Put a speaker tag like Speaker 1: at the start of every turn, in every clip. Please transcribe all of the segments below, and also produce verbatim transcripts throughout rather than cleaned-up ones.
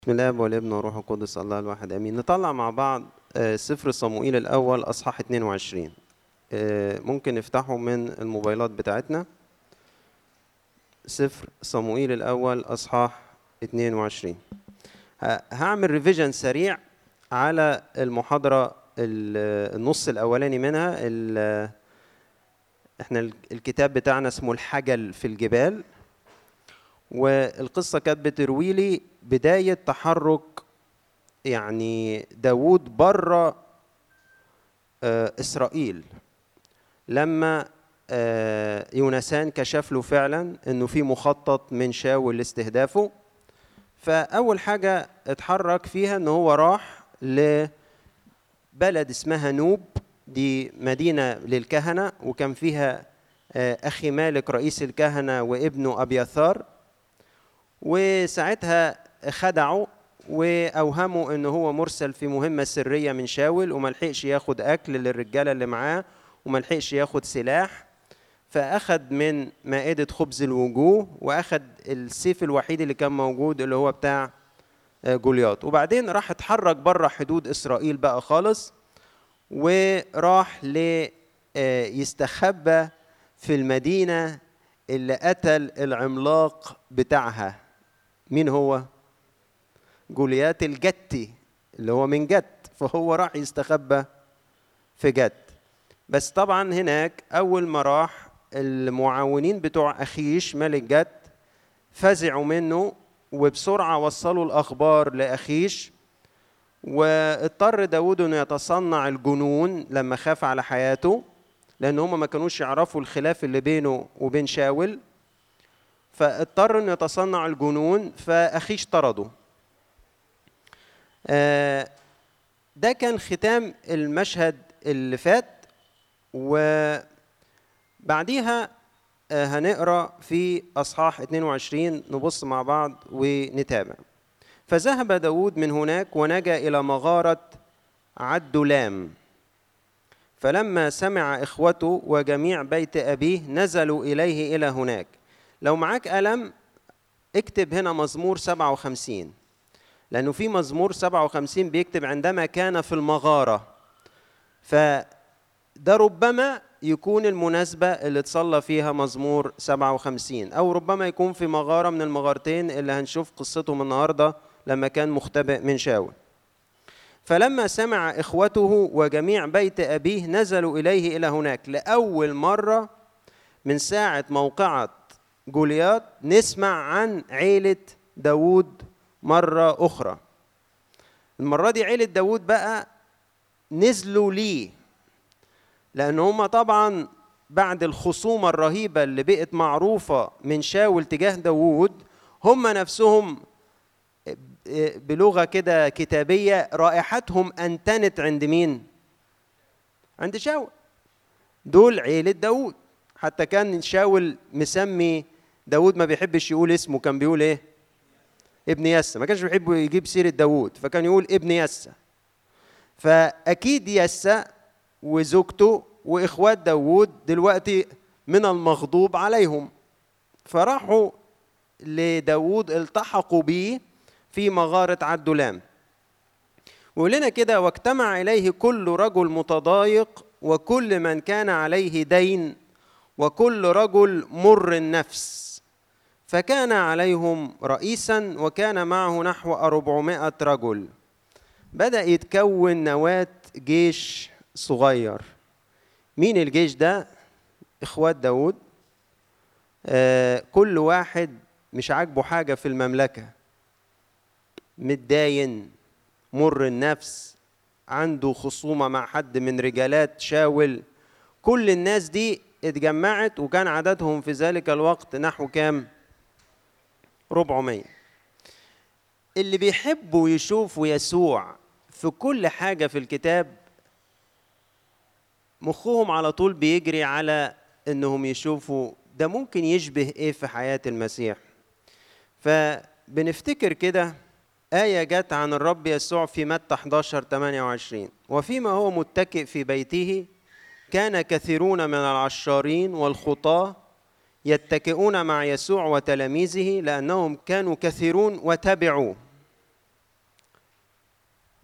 Speaker 1: بسم الله والابن والروح القدس الله الواحد امين. نطلع مع بعض آه، سفر صموئيل الاول اصحاح اتنين وعشرين. آه، ممكن نفتحه من الموبايلات بتاعتنا. سفر صموئيل الاول اصحاح اتنين وعشرين. ه- هعمل ريفيجن سريع على المحاضرة ال- النص الاولاني منها. ال- احنا ال- الكتاب بتاعنا اسمه الحجل في الجبال، والقصة كانت بتروي لي بداية تحرك يعني داود بره آه، إسرائيل، لما آه، يونسان كشف له فعلا انه في مخطط من شاول لاستهدافه. فاول حاجه اتحرك فيها ان هو راح لبلد اسمها نوب، دي مدينه للكهنه، وكان فيها آه، اخي مالك رئيس الكهنه وابنه ابياثار. وساعتها خدعوا واوهموا ان هو مرسل في مهمه سريه من شاول، وملحقش ياخد اكل للرجاله اللي معاه، وملحقش ياخد سلاح. فاخد من مائده خبز الوجوه، واخد السيف الوحيد اللي كان موجود اللي هو بتاع جولياط. وبعدين راح اتحرك بره حدود اسرائيل بقى خالص، وراح ل يستخبى في المدينه اللي قتل العملاق بتاعها. مين هو؟ جوليات الجتي، اللي هو من جت، فهو راح يستخبى في جت. بس طبعا هناك اول ما راح المعاونين بتوع اخيش ملك جت فزعوا منه، وبسرعه وصلوا الاخبار لاخيش. واضطر داود انه يتصنع الجنون لما خاف على حياته، لان هم ما كانوش يعرفوا الخلاف اللي بينه وبين شاول. فاضطر انه يتصنع الجنون، فاخيش طرده. آه، ده كان ختام المشهد اللي فات. وبعديها آه، هنقرأ في أصحاح اتنين وعشرين، نبص مع بعض ونتابع. فذهب داود من هناك ونجا إلى مغارة عدلام. فلما سمع إخوته وجميع بيت أبيه نزلوا إليه إلى هناك. لو معاك قلم اكتب هنا مزمور سبعة وخمسين، لأنه في مزمور سبعة وخمسين بيكتب عندما كان في المغارة. فده ربما يكون المناسبة اللي تصلى فيها مزمور سبعة وخمسين، أو ربما يكون في مغارة من المغارتين اللي هنشوف قصتهم النهاردة لما كان مختبئ من شاول. فلما سمع إخوته وجميع بيت أبيه نزلوا إليه إلى هناك. لأول مرة من ساعة موقعة جولياط نسمع عن عيلة داود مرة أخرى. المرة دي عيلة داود بقى نزلوا ليه، لأن هم طبعا بعد الخصومة الرهيبة اللي بقت معروفة من شاول تجاه داود، هم نفسهم بلغة كده كتابية رائحتهم أنتنت عند مين؟ عند شاول. دول عيلة داود. حتى كان شاول مسمي داود، ما بيحبش يقول اسمه، كان بيقول ايه؟ ابن يسى. ما كانش بيحب يجيب سيرة داود، فكان يقول ابن يسى. فأكيد يسى وزوجته وإخوات داود دلوقتي من المغضوب عليهم، فراحوا لداود التحقوا به في مغارة عدلام. ولنا كده: واجتمع إليه كل رجل متضايق وكل من كان عليه دين وكل رجل مر النفس، فكان عليهم رئيسا وكان معه نحو أربعمائة رجل. بدأ يتكون نواة جيش صغير. مين الجيش ده؟ إخوات داود. آه كل واحد مش عاجبه حاجة في المملكة، متداين، مر النفس، عنده خصومة مع حد من رجالات شاول. كل الناس دي اتجمعت، وكان عددهم في ذلك الوقت نحو كام؟ أربعمائة. اللي بيحبوا يشوفوا يسوع في كل حاجة في الكتاب مخهم على طول بيجري على انهم يشوفوا ده ممكن يشبه ايه في حياة المسيح. فبنفتكر كده آية جت عن الرب يسوع في متى احداشر ثمانية وعشرين: وفيما هو متكئ في بيته كان كثيرون من العشارين والخطاة يتكئون مع يسوع وتلاميذه، لأنهم كانوا كثيرون وتبعوه.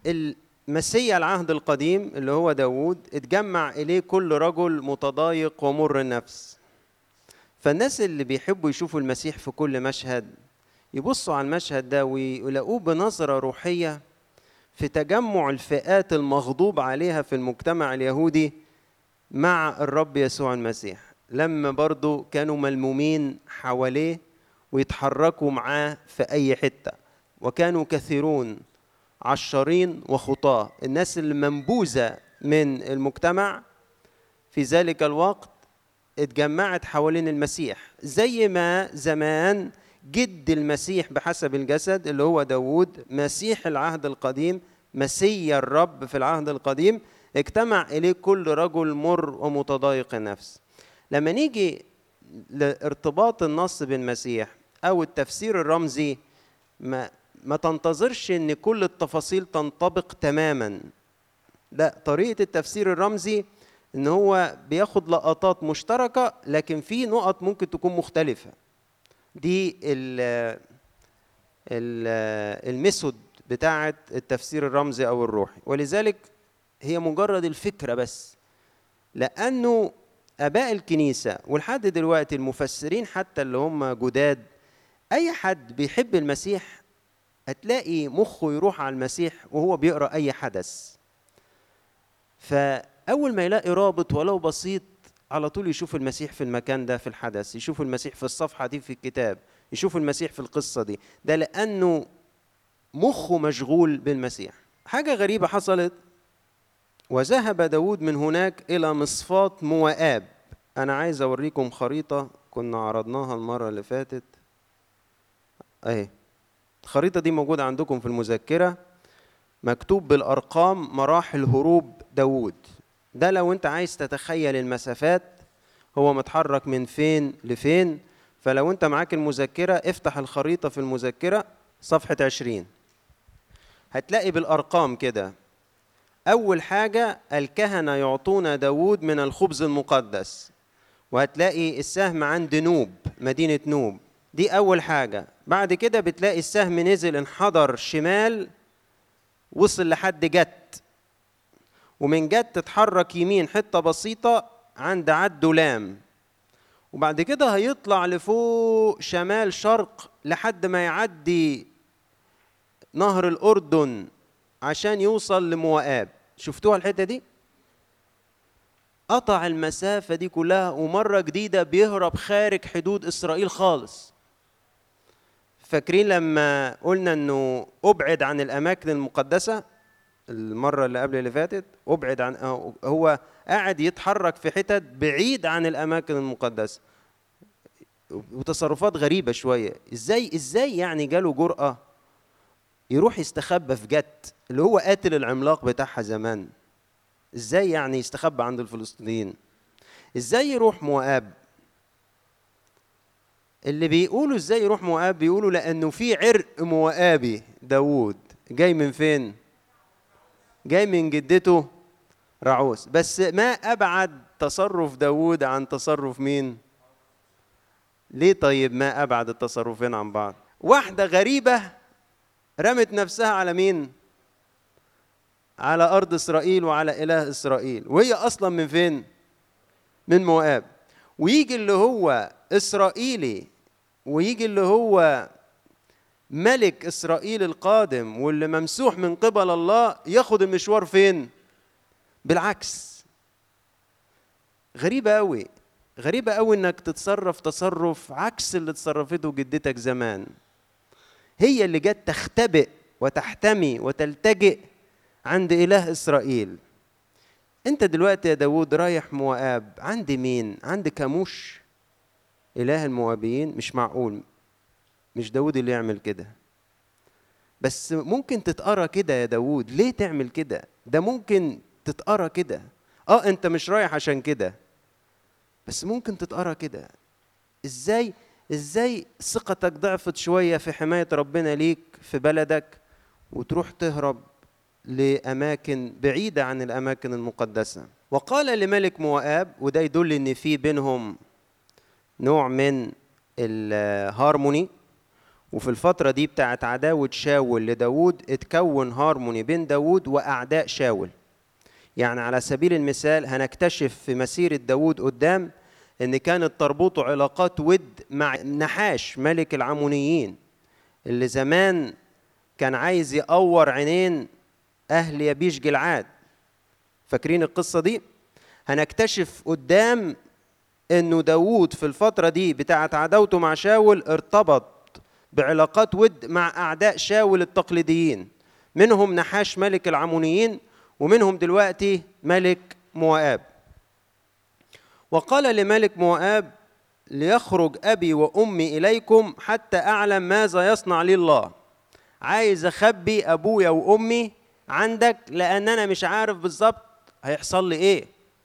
Speaker 1: المسيا العهد القديم اللي هو داود اتجمع إليه كل رجل متضايق ومر النفس. فالناس اللي بيحبوا يشوفوا المسيح في كل مشهد يبصوا على المشهد ده ويلاقوه بنظرة روحية في تجمع الفئات المغضوب عليها في المجتمع اليهودي مع الرب يسوع المسيح، لما برضو كانوا ملمومين حواليه ويتحركوا معاه في أي حتة، وكانوا كثيرون عشرين وخطاة. الناس اللي منبوذة من المجتمع في ذلك الوقت اتجمعت حوالين المسيح، زي ما زمان جد المسيح بحسب الجسد اللي هو داود مسيح العهد القديم، مسيا الرب في العهد القديم، اجتمع إليه كل رجل مر ومتضايق النفس. لما نيجي لارتباط النص بالمسيح أو التفسير الرمزي، ما, ما تنتظرش أن كل التفاصيل تنطبق تماما، لا، طريقة التفسير الرمزي ان هو بياخد لقطات مشتركة لكن في نقط ممكن تكون مختلفة. دي ال الميثود بتاعة التفسير الرمزي او الروحي، ولذلك هي مجرد الفكرة بس، لانه اباء الكنيسة ولحد دلوقتي المفسرين حتى اللي هم جداد، اي حد بيحب المسيح هتلاقي مخه يروح على المسيح وهو بيقرأ اي حدث. ف أول ما يلاقي رابط ولو بسيط على طول يشوف المسيح في المكان ده في الحدث، يشوف المسيح في الصفحة دي في الكتاب، يشوف المسيح في القصة دي، ده لأنه مخه مشغول بالمسيح. حاجة غريبة حصلت، وذهب داود من هناك إلى مصفاة موآب. أنا عايز أوريكم خريطة كنا عرضناها المرة اللي فاتت أهي. الخريطة دي موجودة عندكم في المذكرة، مكتوب بالأرقام مراحل هروب داود. ده لو انت عايز تتخيل المسافات هو متحرك من فين لفين. فلو انت معاك المذكرة افتح الخريطة في المذكرة صفحة عشرين، هتلاقي بالأرقام كده. أول حاجة الكهنة يعطون داود من الخبز المقدس، وهتلاقي السهم عند نوب، مدينة نوب، دي أول حاجة. بعد كده بتلاقي السهم نزل انحدر شمال وصل لحد جت، ومن جت تتحرك يمين حتة بسيطة عند عدولام، وبعد كده هيطلع لفوق شمال شرق لحد ما يعدي نهر الأردن عشان يوصل لموآب. شفتوها الحتة دي؟ قطع المسافة دي كلها، ومرة جديدة بيهرب خارج حدود إسرائيل خالص. فاكرين لما قلنا أنه أبعد عن الأماكن المقدسة المرة اللي قبل اللي فاتت؟ أبعد عن، هو قاعد يتحرك في حتت بعيد عن الأماكن المقدسة، وتصرفات غريبة شوية. إزاي إزاي يعني جاله جرأة يروح يستخبى في جت اللي هو قاتل العملاق بتاعها زمان؟ إزاي يعني يستخبى عند الفلسطينيين؟ إزاي يروح موآب؟ اللي بيقولوا إزاي يروح موآب بيقولوا لأنه في عرق موآبي داود جاي من فين؟ جاي من جدته رعوس. بس ما أبعد تصرف داود عن تصرف مين؟ ليه طيب ما أبعد التصرفين عن بعض؟ واحدة غريبة رمت نفسها على مين؟ على أرض إسرائيل وعلى إله إسرائيل، وهي أصلا من فين؟ من موآب. ويجي اللي هو إسرائيلي، ويجي اللي هو ملك إسرائيل القادم واللي ممسوح من قبل الله ياخد المشوار فين؟ بالعكس. غريبة أوي، غريبة أوي إنك تتصرف تصرف عكس اللي تصرفته جدتك زمان. هي اللي جت تختبئ وتحتمي وتلتجئ عند إله إسرائيل. أنت دلوقتي يا داود رايح موآب، عند مين؟ عند كاموش إله الموابيين؟ مش معقول، مش داود اللي يعمل كده. بس ممكن تتقرا كده يا داود، ليه تعمل كده؟ ده ممكن تتقرا كده. اه انت مش رايح عشان كده، بس ممكن تتقرا كده. ازاي ازاي ثقتك ضعفت شويه في حمايه ربنا ليك في بلدك وتروح تهرب لاماكن بعيده عن الاماكن المقدسه. وقال لملك موآب، وده يدل ان في بينهم نوع من الهارموني، وفي الفترة دي بتاعت عداوة شاول لداود اتكون هارموني بين داود وأعداء شاول. يعني على سبيل المثال هنكتشف في مسيرة داود قدام إن كانت تربطه علاقات ود مع نحاش ملك العمونيين اللي زمان كان عايز يقور عينين أهل يبيش جلعاد. فاكرين القصة دي؟ هنكتشف قدام إنه داود في الفترة دي بتاعت عداوته مع شاول ارتبط بعلاقات ود مع أعداء شاول التقليديين، منهم نحاش ملك العمونيين ومنهم دلوقتي ملك موآب. وقال لملك موآب: ليخرج أبي وأمي إليكم حتى أعلم ماذا يصنع لي الله. عايز أخبي أبويا وأمي عندك لأن أنا مش عارف بالظبط هيحصل لي إيه.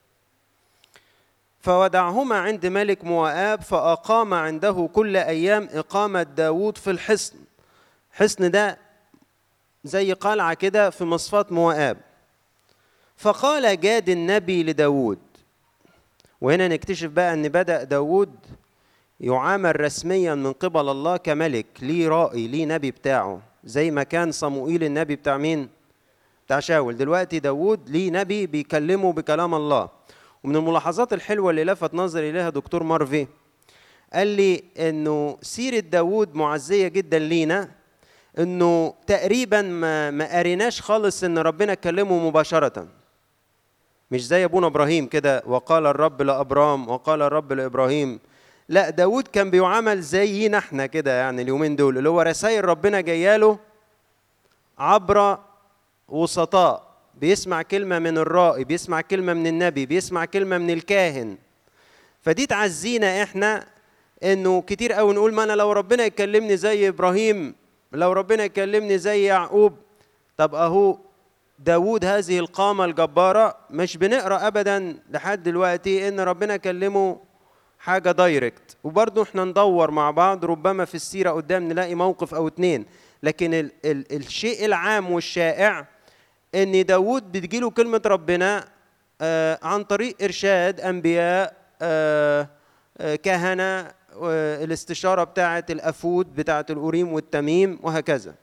Speaker 1: فودعهما عند ملك موآب فأقام عنده كل أيام إقامة داود في الحصن. حصن ده زي قلعة كده في مصفات موآب. فقال جاد النبي لداود، وهنا نكتشف بقى أن بدأ داود يعامل رسميا من قبل الله كملك، ليه رائي، ليه نبي بتاعه، زي ما كان صموئيل النبي بتاع مين؟ بتاع شاول. دلوقتي داود ليه نبي بيكلمه بكلام الله. ومن الملاحظات الحلوة اللي لفت نظري إليها دكتور مارفي، قال لي إنه سيرة داود معزية جدا لينا، إنه تقريبا ما, ما قريناش خالص إن ربنا كلمه مباشرة، مش زي أبونا إبراهيم كده وقال الرب لأبرام وقال الرب لإبراهيم. لا، داود كان بيعامل زينا احنا كده، يعني اليومين دول اللي هو رسائل ربنا جاياله عبر وسطاء، بيسمع كلمة من الرائي، بيسمع كلمة من النبي، بيسمع كلمة من الكاهن. فدي تعزينا احنا، انه كتير قوي نقول ما انا لو ربنا يكلمني زي ابراهيم، لو ربنا يكلمني زي يعقوب. طب اهو داود هذه القامة الجبارة مش بنقرأ ابدا لحد دلوقتي ان ربنا كلمه حاجة دايركت. وبرضه احنا ندور مع بعض ربما في السيرة قدام نلاقي موقف او اتنين، لكن ال ال الشيء العام والشائع ان داود بتجيله كلمة ربنا آه عن طريق ارشاد انبياء، آه آه كهنة، آه الاستشارة بتاعة الافود بتاعة الأوريم والتميم وهكذا.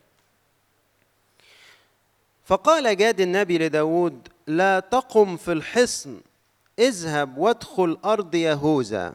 Speaker 1: فقال جاد النبي لداود: لا تقم في الحصن، اذهب وادخل أرض يهوذا.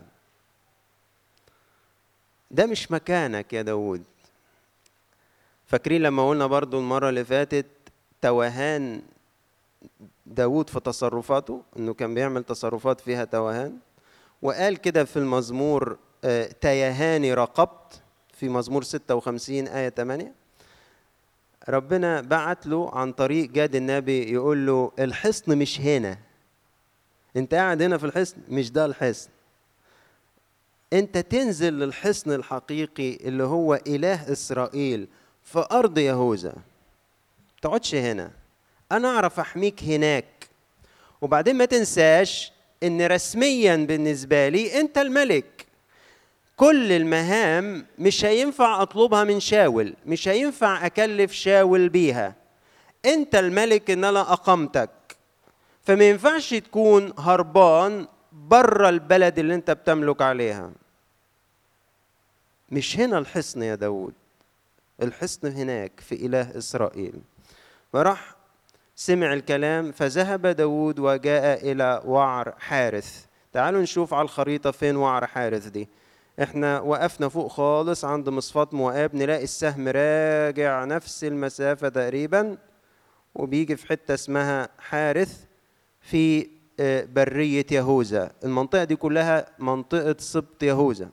Speaker 1: ده مش مكانك يا داود. فاكرين لما قلنا برضو المرة اللي فاتت توهان داود في تصرفاته، انه كان بيعمل تصرفات فيها توهان، وقال كده في المزمور آه تيهاني رقبت، في مزمور ستة وخمسين آية ثمانية. ربنا بعت له عن طريق جاد النبي يقول له الحصن مش هنا، انت قاعد هنا في الحصن، مش ده الحصن. انت تنزل للحصن الحقيقي اللي هو إله إسرائيل في أرض يهوذا، تقعدش هنا، أنا أعرف أحميك هناك. وبعدين ما تنساش إن رسميا بالنسبة لي أنت الملك، كل المهام مش هينفع أطلبها من شاول، مش هينفع أكلف شاول بيها، أنت الملك إن أنا أقمتك، فما ينفعش تكون هربان بره البلد اللي أنت بتملك عليها. مش هنا الحصن يا داود، الحصن هناك في إله إسرائيل. وراح سمع الكلام فذهب داود وجاء إلى وعر حارث. تعالوا نشوف على الخريطة فين وعر حارث دي. احنا وقفنا فوق خالص عند مصفات موآب، نلاقي السهم راجع نفس المسافة تقريبا وبيجي في حتة اسمها حارث في برية يهوذا. المنطقة دي كلها منطقة سبط يهوذا،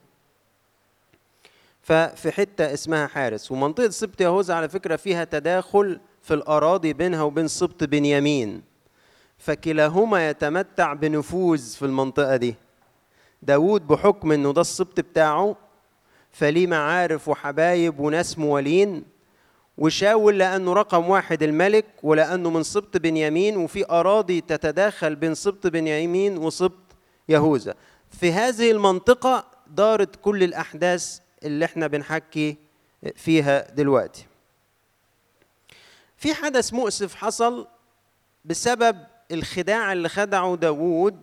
Speaker 1: ففي حتة اسمها حارث. ومنطقة سبط يهوذا على فكرة فيها تداخل في الأراضي بينها وبين سبط بنيامين، فكلاهما يتمتع بنفوذ في المنطقة دي. داود بحكم انه ده السبط بتاعه فليه معارف وحبايب وناس موالين، وشاول لأنه رقم واحد الملك ولأنه من سبط بنيامين، وفي أراضي تتداخل بين سبط بنيامين وسبط يهوذا. في هذه المنطقة دارت كل الأحداث اللي احنا بنحكي فيها دلوقتي. في حدث مؤسف حصل بسبب الخداع اللي خدعه داود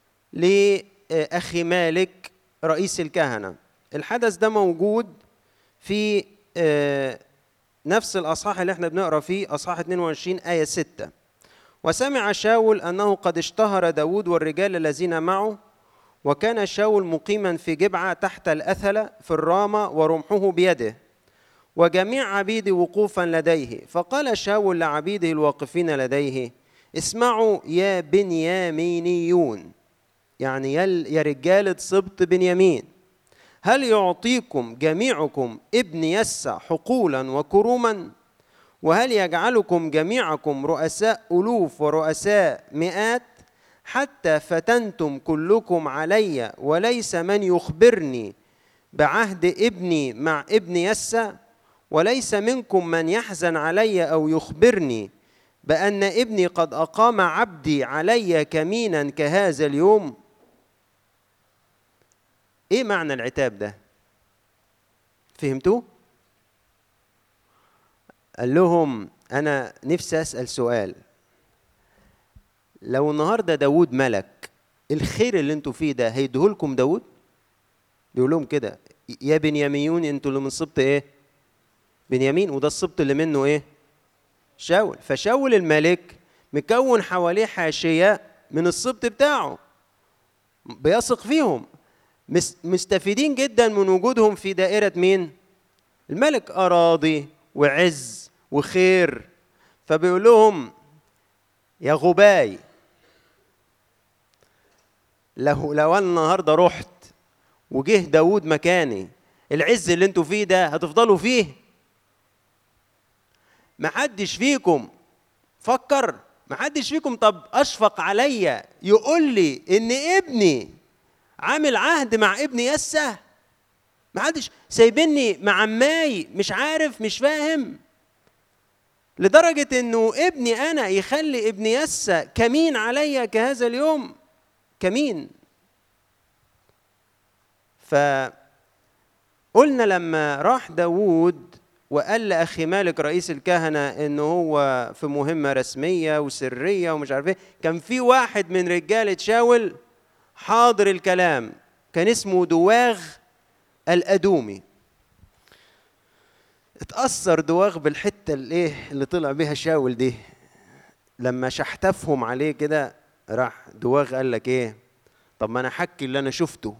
Speaker 1: لأخي مالك رئيس الكهنة. الحدث ده موجود في نفس الأصحاح اللي احنا بنقرأ فيه، أصحاح اثنين وعشرين آية ستة. وسمع شاول أنه قد اشتهر داود والرجال الذين معه، وكان شاول مقيما في جبعة تحت الأثلة في الرامة ورمحه بيده وجميع عبيده وقوفا لديه. فقال شاول لعبيده الواقفين لديه: اسمعوا يا بنيامينيون، يعني يا رجالة سبط بنيامين، هل يعطيكم جميعكم ابن يسع حقولا وكروما؟ وهل يجعلكم جميعكم رؤساء ألوف ورؤساء مئات؟ حتى فتنتم كلكم علي، وليس من يخبرني بعهد ابني مع ابن يسع، وليس منكم من يحزن علي أو يخبرني بأن ابني قد أقام عبدي علي كمينا كهذا اليوم. إيه معنى العتاب ده؟ فهمتوا؟ قال لهم أنا نفسي أسأل سؤال، لو النهاردة داود ملك، الخير اللي انتوا فيه ده هيديهولكم داود؟ بيقول لهم كده: يا بنياميون، انتوا اللي من سبط ايه؟ بنيامين، وده السبط اللي منه ايه؟ شاول. فشاول الملك مكون حواليه حاشية من السبط بتاعه، بيثق فيهم، مستفيدين جدا من وجودهم في دائرة مين؟ الملك، أراضي وعز وخير. فبيقول لهم: يا غباي، لو لو انا النهارده رحت وجه داود مكاني، العز اللي انتوا فيه ده هتفضلوا فيه؟ محدش فيكم فكر، محدش فيكم طب اشفق عليا يقول لي ان ابني عامل عهد مع ابن يسع؟ محدش، سايبني مع عماي مش عارف مش فاهم، لدرجة انه ابني انا يخلي ابن يسع كمين عليا كهذا اليوم، كمين. فقلنا لما راح داود وقال لأخي مالك رئيس الكهنة انه هو في مهمة رسمية وسرية ومش عارف ايه، كان في واحد من رجالة شاول حاضر الكلام، كان اسمه دواغ الأدومي. اتأثر دواغ بالحتة الايه اللي طلع بيها شاول دي، لما شحتفهم عليه كده راح دواغ قال لك ايه؟ طب ما انا حكي اللي انا شفته.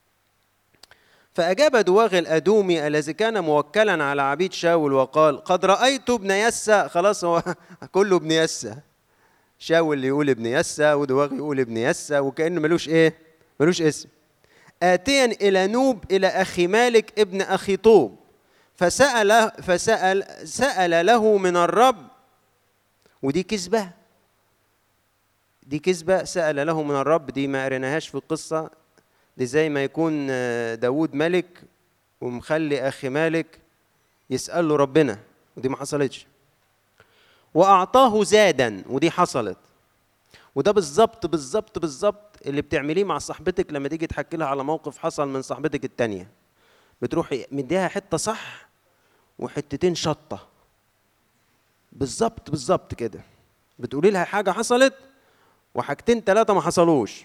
Speaker 1: فأجاب دواغ الأدومي الذي كان موكلا على عبيد شاول وقال: قد رأيت ابن يسع. خلاص هو كله ابن يسع، شاول اللي يقول ابن يسع ودواغ يقول ابن يسع، وكأنه ملوش ايه؟ ملوش اسم. آتيا إلى نوب إلى أخي مالك ابن أخي طوب، فسأل فسأل سأل له من الرب. ودي كذبة، دي كذبة. سأل له من الرب دي ما قريناهاش في القصة دي، زي ما يكون داود ملك ومخلي أخي مالك يسأل له ربنا، ودي ما حصلتش. وأعطاه زادا، ودي حصلت. وده بالظبط بالظبط بالظبط اللي بتعمليه مع صاحبتك لما تيجي تحكي لها على موقف حصل من صاحبتك التانية، بتروحي مديها حتة صح وحتتين شطة، بالظبط بالظبط كده. بتقولي لها حاجة حصلت وحاجتين ثلاثة ما حصلوش.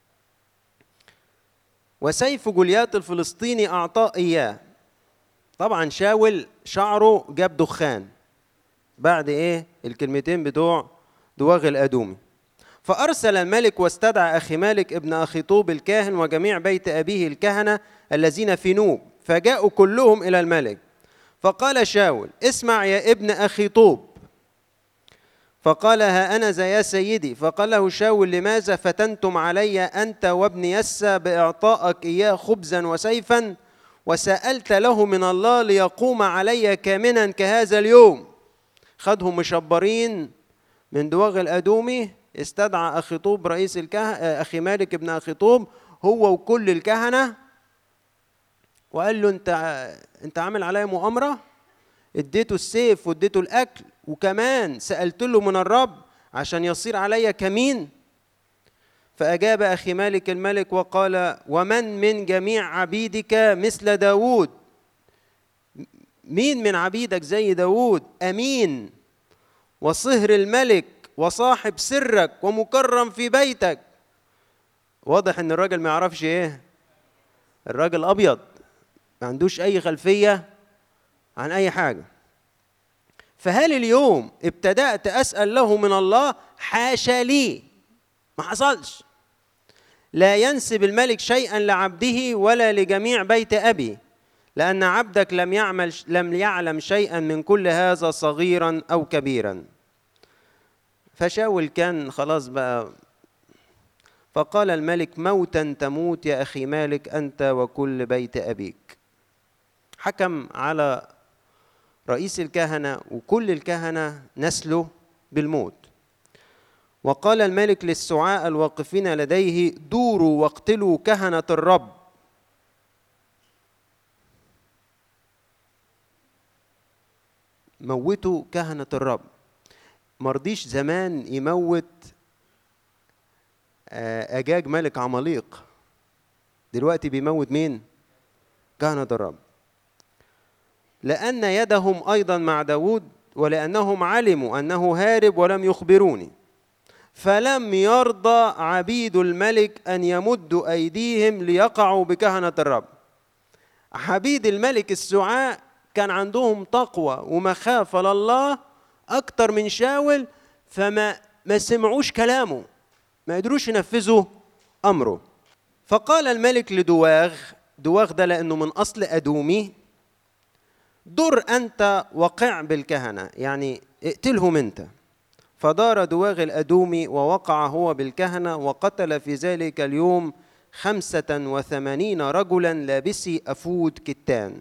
Speaker 1: وسيف جوليات الفلسطيني أعطاه إياه. طبعا شاول شعره جاب دخان بعد إيه الكلمتين بتوع دواغ الأدومي. فأرسل الملك واستدعى أخي مالك ابن أخي طوب الكاهن وجميع بيت أبيه الكهنة الذين في نوب، فجاءوا كلهم إلى الملك. فقال شاول: اسمع يا ابن أخي طوب. فقال: ها أنا ذا يا سيدي. فقال له شاول: لماذا فتنتم علي أنت وابن يسع بإعطائك إياه خبزا وسيفا، وسألت له من الله ليقوم علي كامنا كهذا اليوم؟ خدهم مشبرين من دواغ الأدومي، استدعى أخي طوب رئيس الكهنة، أخي مالك ابن أخي طوب، هو وكل الكهنة، وقال له: أنت أنت عامل عليا مؤامرة، اديته السيف واديته الأكل، وكمان سألت له من الرب عشان يصير عليا كمين. فأجاب أخي مالك الملك وقال: ومن من جميع عبيدك مثل داود؟ مين من عبيدك زي داود؟ أمين وصهر الملك وصاحب سرك ومكرم في بيتك. واضح ان الراجل ما يعرفش ايه، الراجل ابيض ما عندوش اي خلفية عن أي حاجة. فهل اليوم ابتدأت أسأل له من الله؟ حاشا لي، ما حصلش. لا ينسب الملك شيئا لعبده ولا لجميع بيت أبي، لأن عبدك لم يعمل لم يعلم شيئا من كل هذا صغيرا أو كبيرا. فشاول كان خلاص بقى. فقال الملك: موتا تموت يا أخي مالك أنت وكل بيت أبيك. حكم على رئيس الكهنة وكل الكهنة نسله بالموت. وقال الملك للسعاء الواقفين لديه: دوروا واقتلوا كهنة الرب. موتوا كهنة الرب. مرضيش زمان يموت أجاج ملك عماليق، دلوقتي بيموت مين؟ كهنة الرب. لأن يدهم أيضا مع داود، ولأنهم علموا أنه هارب ولم يخبروني، فلم يرضى عبيد الملك أن يمدوا أيديهم ليقعوا بكهنة الرب. عبيد الملك السعاء كان عندهم تقوى ومخافة لله أكتر من شاول، فما ما سمعوش كلامه، ما قدروش ينفذوا أمره. فقال الملك لدواغ، دواغ ده لأنه من أصل أدومي: در أنت وقع بالكهنة، يعني اقتلهم أنت. فدار دواغ الأدومي ووقع هو بالكهنة، وقتل في ذلك اليوم خمسة وثمانين رجلا لابسي أفود كتان.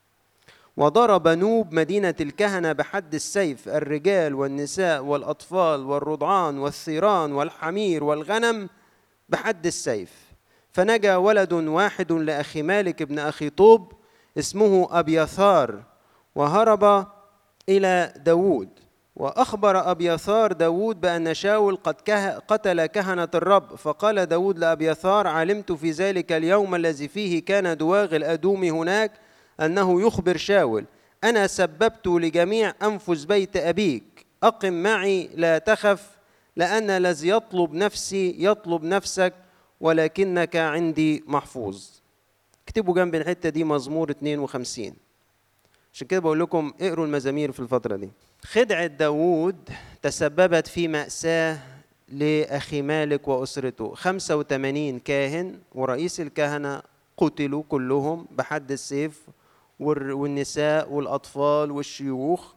Speaker 1: وضرب نوب مدينة الكهنة بحد السيف، الرجال والنساء والأطفال والرضعان والثيران والحمير والغنم بحد السيف. فنجا ولد واحد لأخي مالك ابن أخي طوب اسمه أبياثار، وهرب إلى داود. وأخبر أبياثار داود بأن شاول قد قتل كهنة الرب. فقال داود لأبياثار: علمت في ذلك اليوم الذي فيه كان دواغ الأدومي هناك أنه يخبر شاول: أنا سببت لجميع أنفس بيت أبيك، أقم معي لا تخف، لأن الذي يطلب نفسي يطلب نفسك، ولكنك عندي محفوظ. اكتبوا جنب الحتة دي مزمور اثنين وخمسين. عشان كده بقول لكم اقروا المزامير في الفترة دي. خدعة داود تسببت في مأساة لأخي مالك وأسرته. خمسة وثمانين كاهن ورئيس الكهنة قتلوا كلهم بحد السيف، والنساء والأطفال والشيوخ.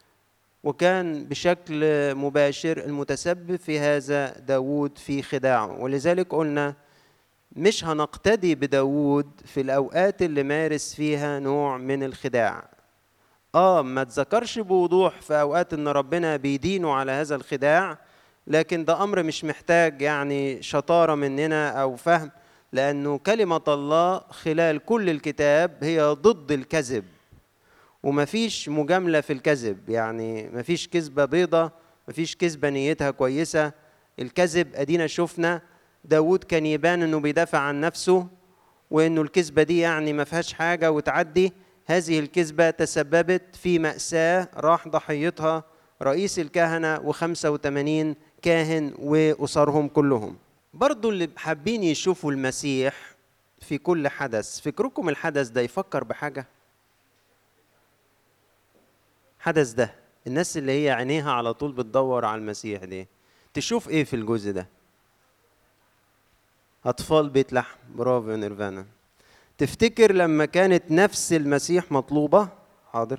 Speaker 1: وكان بشكل مباشر المتسبب في هذا داود في خداعه. ولذلك قلنا مش هنقتدي بداود في الأوقات اللي مارس فيها نوع من الخداع. آه ما تذكرش بوضوح في أوقات إن ربنا بيدينه على هذا الخداع، لكن ده أمر مش محتاج يعني شطارة مننا أو فهم، لأنه كلمة الله خلال كل الكتاب هي ضد الكذب، ومفيش مجاملة في الكذب. يعني مفيش كذبة بيضة، مفيش كذبة نيتها كويسة. الكذب أدينا شفنا داود كان يبان أنه بيدافع عن نفسه، وأنه الكذبة دي يعني ما فيهاش حاجة وتعدي. هذه الكذبة تسببت في مأساة راح ضحيتها رئيس الكهنة وخمسة وثمانين كاهن وأسرهم كلهم. برضو اللي حابين يشوفوا المسيح في كل حدث، فكركم الحدث ده يفكر بحاجة؟ حدث ده الناس اللي هي عينيها على طول بتدور على المسيح دي تشوف ايه في الجزء ده؟ أطفال بيت لحم. برافو يا نيرفانا. تفتكر لما كانت نفس المسيح مطلوبة؟ حاضر.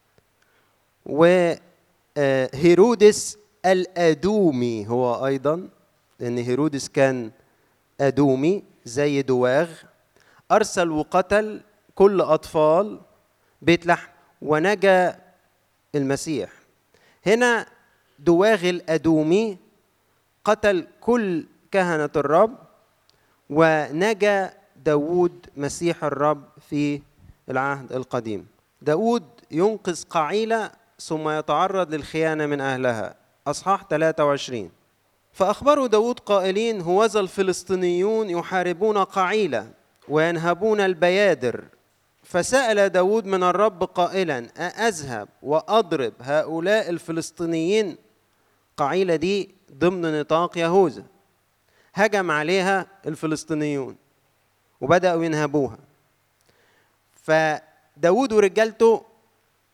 Speaker 1: وهيرودس الأدومي هو أيضا، لأن هيرودس كان أدومي زي دواغ، أرسل وقتل كل أطفال بيت لحم ونجا المسيح. هنا دواغ الأدومي قتل كل كهنة الرب ونجا داود مسيح الرب في العهد القديم. داود ينقذ قعيلة ثم يتعرض للخيانة من أهلها. أصحاح ثلاثة وعشرين. فأخبروا داود قائلين: هوذا الفلسطينيون يحاربون قعيلة وينهبون البيادر. فسأل داود من الرب قائلا: أذهب وأضرب هؤلاء الفلسطينيين؟ قعيلة دي ضمن نطاق يهوذا. هجم عليها الفلسطينيون وبدأوا ينهبوها. فداود ورجالته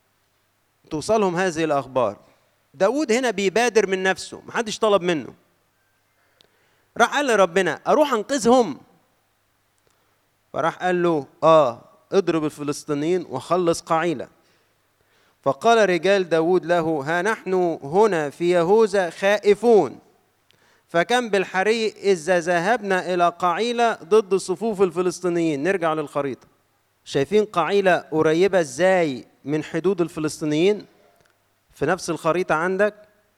Speaker 1: توصلهم هذه الأخبار. داود هنا بيبادر من نفسه، محدش طلب منه. راح قال لربنا أروح أنقذهم، فراح قال له آه اضرب الفلسطينيين وخلص قعيلة. فقال رجال داود له ها نحن هنا في يهوذا خائفون، فكم بالحري إذا ذهبنا إلى قعيلة ضد صفوف الفلسطينيين. نرجع للخريطة، شايفين قعيلة قريبة إزاي من حدود الفلسطينيين؟ في نفس الخريطة عندك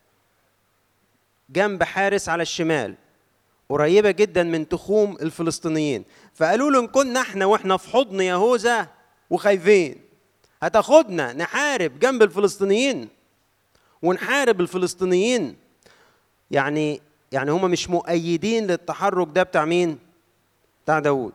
Speaker 1: جنب حارس على الشمال، قريبة جدا من تخوم الفلسطينيين. فقالوا له إن كنا احنا واحنا في حضن يهوذا وخايفين هتاخدنا نحارب جنب الفلسطينيين ونحارب الفلسطينيين؟ يعني يعني هم مش مؤيدين للتحرك ده بتاع مين؟ بتاع داود.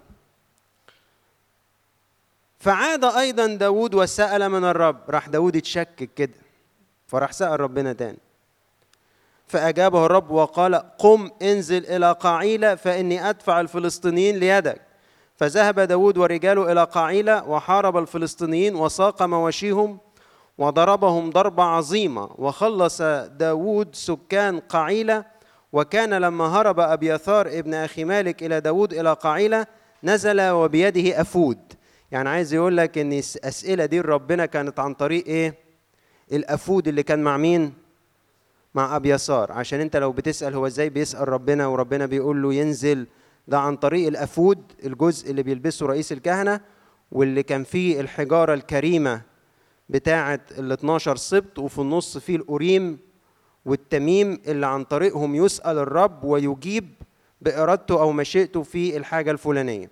Speaker 1: فعاد أيضا داود وسأل من الرب. راح داود يتشكك كده، فراح سأل ربنا تاني. فأجابه الرب وقال قم انزل إلى قعيلة فإني أدفع الفلسطينيين ليدك. فذهب داود ورجاله إلى قعيلة وحارب الفلسطينيين وساق مواشيهم وضربهم ضربة عظيمة، وخلص داود سكان قعيلة. وكان لما هرب أبياثار ابن أخي مالك إلى داود إلى قعيلة نزل وبيده أفود. يعني عايز يقول لك إن الأسئلة دي ربنا كانت عن طريق إيه؟ الأفود اللي كان مع مين؟ مع أبياثار. عشان أنت لو بتسأل هو إزاي بيسأل ربنا وربنا بيقول له ينزل، ده عن طريق الأفود، الجزء اللي بيلبسه رئيس الكهنة واللي كان فيه الحجارة الكريمة بتاعة ال اتناشر سبط، وفي النص فيه الأوريم والتميم اللي عن طريقهم يسأل الرب ويجيب بإرادته أو مشيئته في الحاجة الفلانية.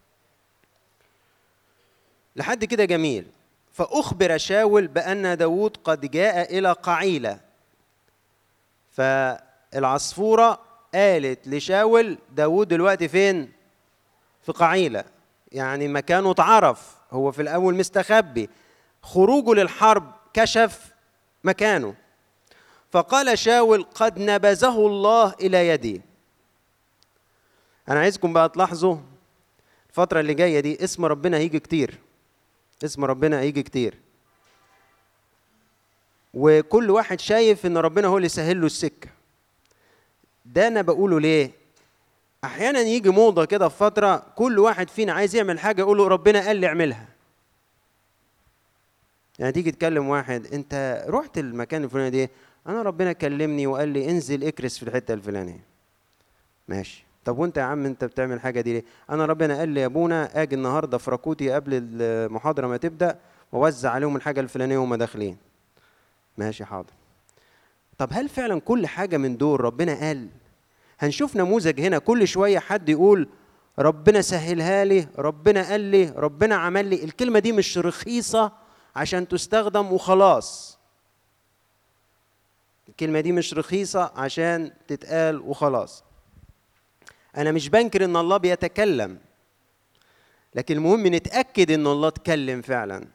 Speaker 1: لحد كده جميل. فأخبر شاول بأن داود قد جاء إلى قعيلة. فالعصفورة قالت لشاول داود دلوقتي فين؟ في قعيلة، يعني مكانه اتعرف. هو في الأول مستخبي، خروجه للحرب كشف مكانه. فقال شاول قد نبذه الله إلى يدي. أنا عايزكم بقى تلاحظوا الفترة اللي جاية دي اسم ربنا هيجي كتير، اسم ربنا هيجي كتير، وكل واحد شايف إن ربنا هو اللي سهل له السكة. ده أنا بقوله ليه؟ أحيانا يجي موضة كده في فترة كل واحد فينا عايز يعمل حاجة يقول له ربنا قال لي اعملها. يعني تيجي تكلم واحد أنت رحت المكان الفلاني دي، أنا ربنا كلمني وقال لي انزل اكرس في الحتة الفلانية. ماشي، طب وأنت يا عم أنت بتعمل حاجة دي ليه؟ أنا ربنا قال لي يا أبونا أجي النهاردة في راكوتي قبل المحاضرة ما تبدأ ووزع عليهم الحاجة الفلانية وهم داخلين. ماشي حاضر. طب هل فعلا كل حاجة من دول ربنا قال؟ هنشوف نموذج هنا كل شوية حد يقول ربنا سهلها لي، ربنا قال لي، ربنا عمل لي. الكلمة دي مش رخيصة عشان تستخدم وخلاص. الكلمة دي مش رخيصة عشان تتقال وخلاص. أنا مش بنكر إن الله بيتكلم، لكن المهم نتأكد إن الله اتكلم فعلا.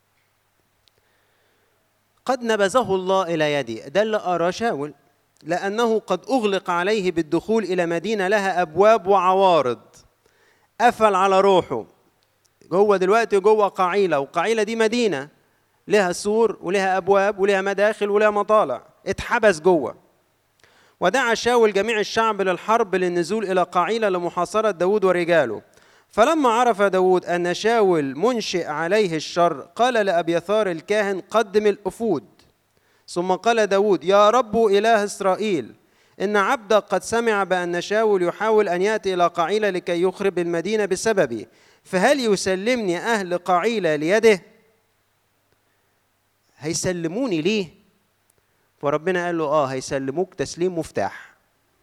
Speaker 1: قد نبذه الله إلى يدي، ده اللي أرى شاول، لأنه قد أغلق عليه بالدخول إلى مدينة لها أبواب وعوارض. قفل على روحه جوه دلوقتي جوه قعيلة، وقعيلة دي مدينة لها سور ولها أبواب ولها مداخل ولها مطالع، اتحبس جوه. ودعا شاول جميع الشعب للحرب للنزول إلى قعيلة لمحاصرة داود ورجاله. فلما عرف داود أن شاول منشئ عليه الشر قال لأبياثار الكاهن قدم الأفود. ثم قال داود يا رب إله إسرائيل إن عبدك قد سمع بأن شاول يحاول أن يأتي إلى قعيلة لكي يخرب المدينة بسببي، فهل يسلمني أهل قعيلة ليده؟ هيسلموني ليه؟ فربنا قال له آه هيسلموك تسليم مفتاح.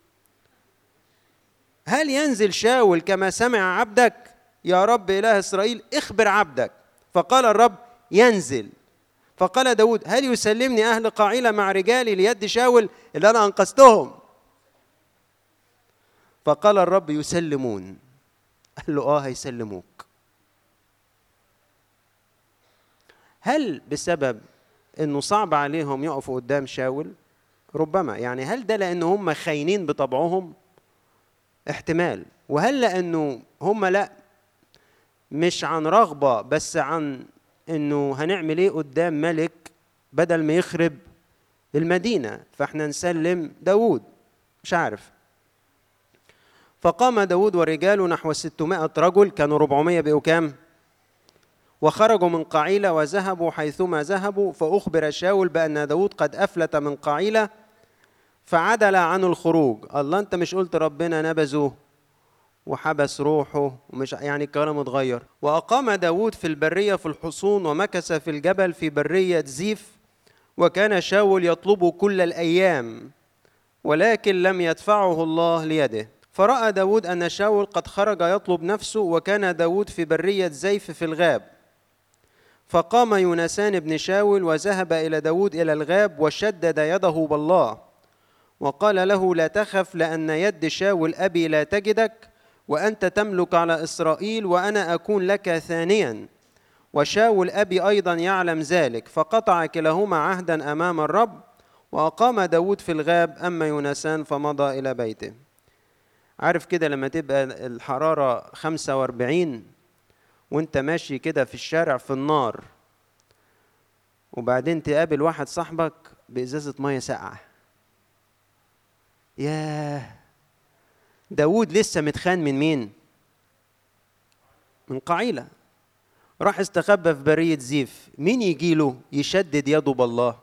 Speaker 1: هل ينزل شاول كما سمع عبدك؟ يا رب إله إسرائيل اخبر عبدك. فقال الرب ينزل. فقال داود هل يسلمني أهل قعيلة مع رجالي ليد شاول اللي أنا أنقذتهم؟ فقال الرب يسلمون. قال له آه هيسلموك. هل بسبب إنه صعب عليهم يقفوا قدام شاول؟ ربما. يعني هل ده لأن هم خاينين بطبعهم؟ احتمال. وهل لأنه هم لا مش عن رغبة بس عن إنه هنعمل إيه قدام ملك بدل ما يخرب المدينة، فاحنا نسلم داود، مش عارف. فقام داود ورجاله نحو ستمائة رجل، كانوا أربعمائة بقوا كام؟ وخرجوا من قعيلة وذهبوا حيثما ذهبوا، فأخبر شاول بأن داود قد أفلت من قعيلة فعدل عن الخروج. الله، أنت مش قلت ربنا نبذه وحبس روحه؟ ومش يعني الكلام اتغير. وأقام داود في البرية في الحصون، ومكث في الجبل في برية زيف، وكان شاول يطلبه كل الأيام ولكن لم يدفعه الله ليده. فرأى داود أن شاول قد خرج يطلب نفسه، وكان داود في برية زيف في الغاب. فقام يونسان بن شاول وذهب إلى داود إلى الغاب، وشدد يده بالله وقال له: لا تخف، لأن يد شاول أبي لا تجدك، وأنت تملك على إسرائيل، وأنا أكون لك ثانيا، وشاول أبي أيضا يعلم ذلك. فقطع كلاهما عهدا أمام الرب، وأقام داود في الغاب، أما يونسان فمضى إلى بيته. عارف كده لما تبقى الحرارة خمسة وأربعين وانت ماشي كده في الشارع في النار، وبعدين تقابل واحد صاحبك بإزازة مية ساقعة، ياه، داود لسه متخان من مين؟ من قعيلة، راح استخبى في برية زيف. مين يجي له يشدد يده بالله؟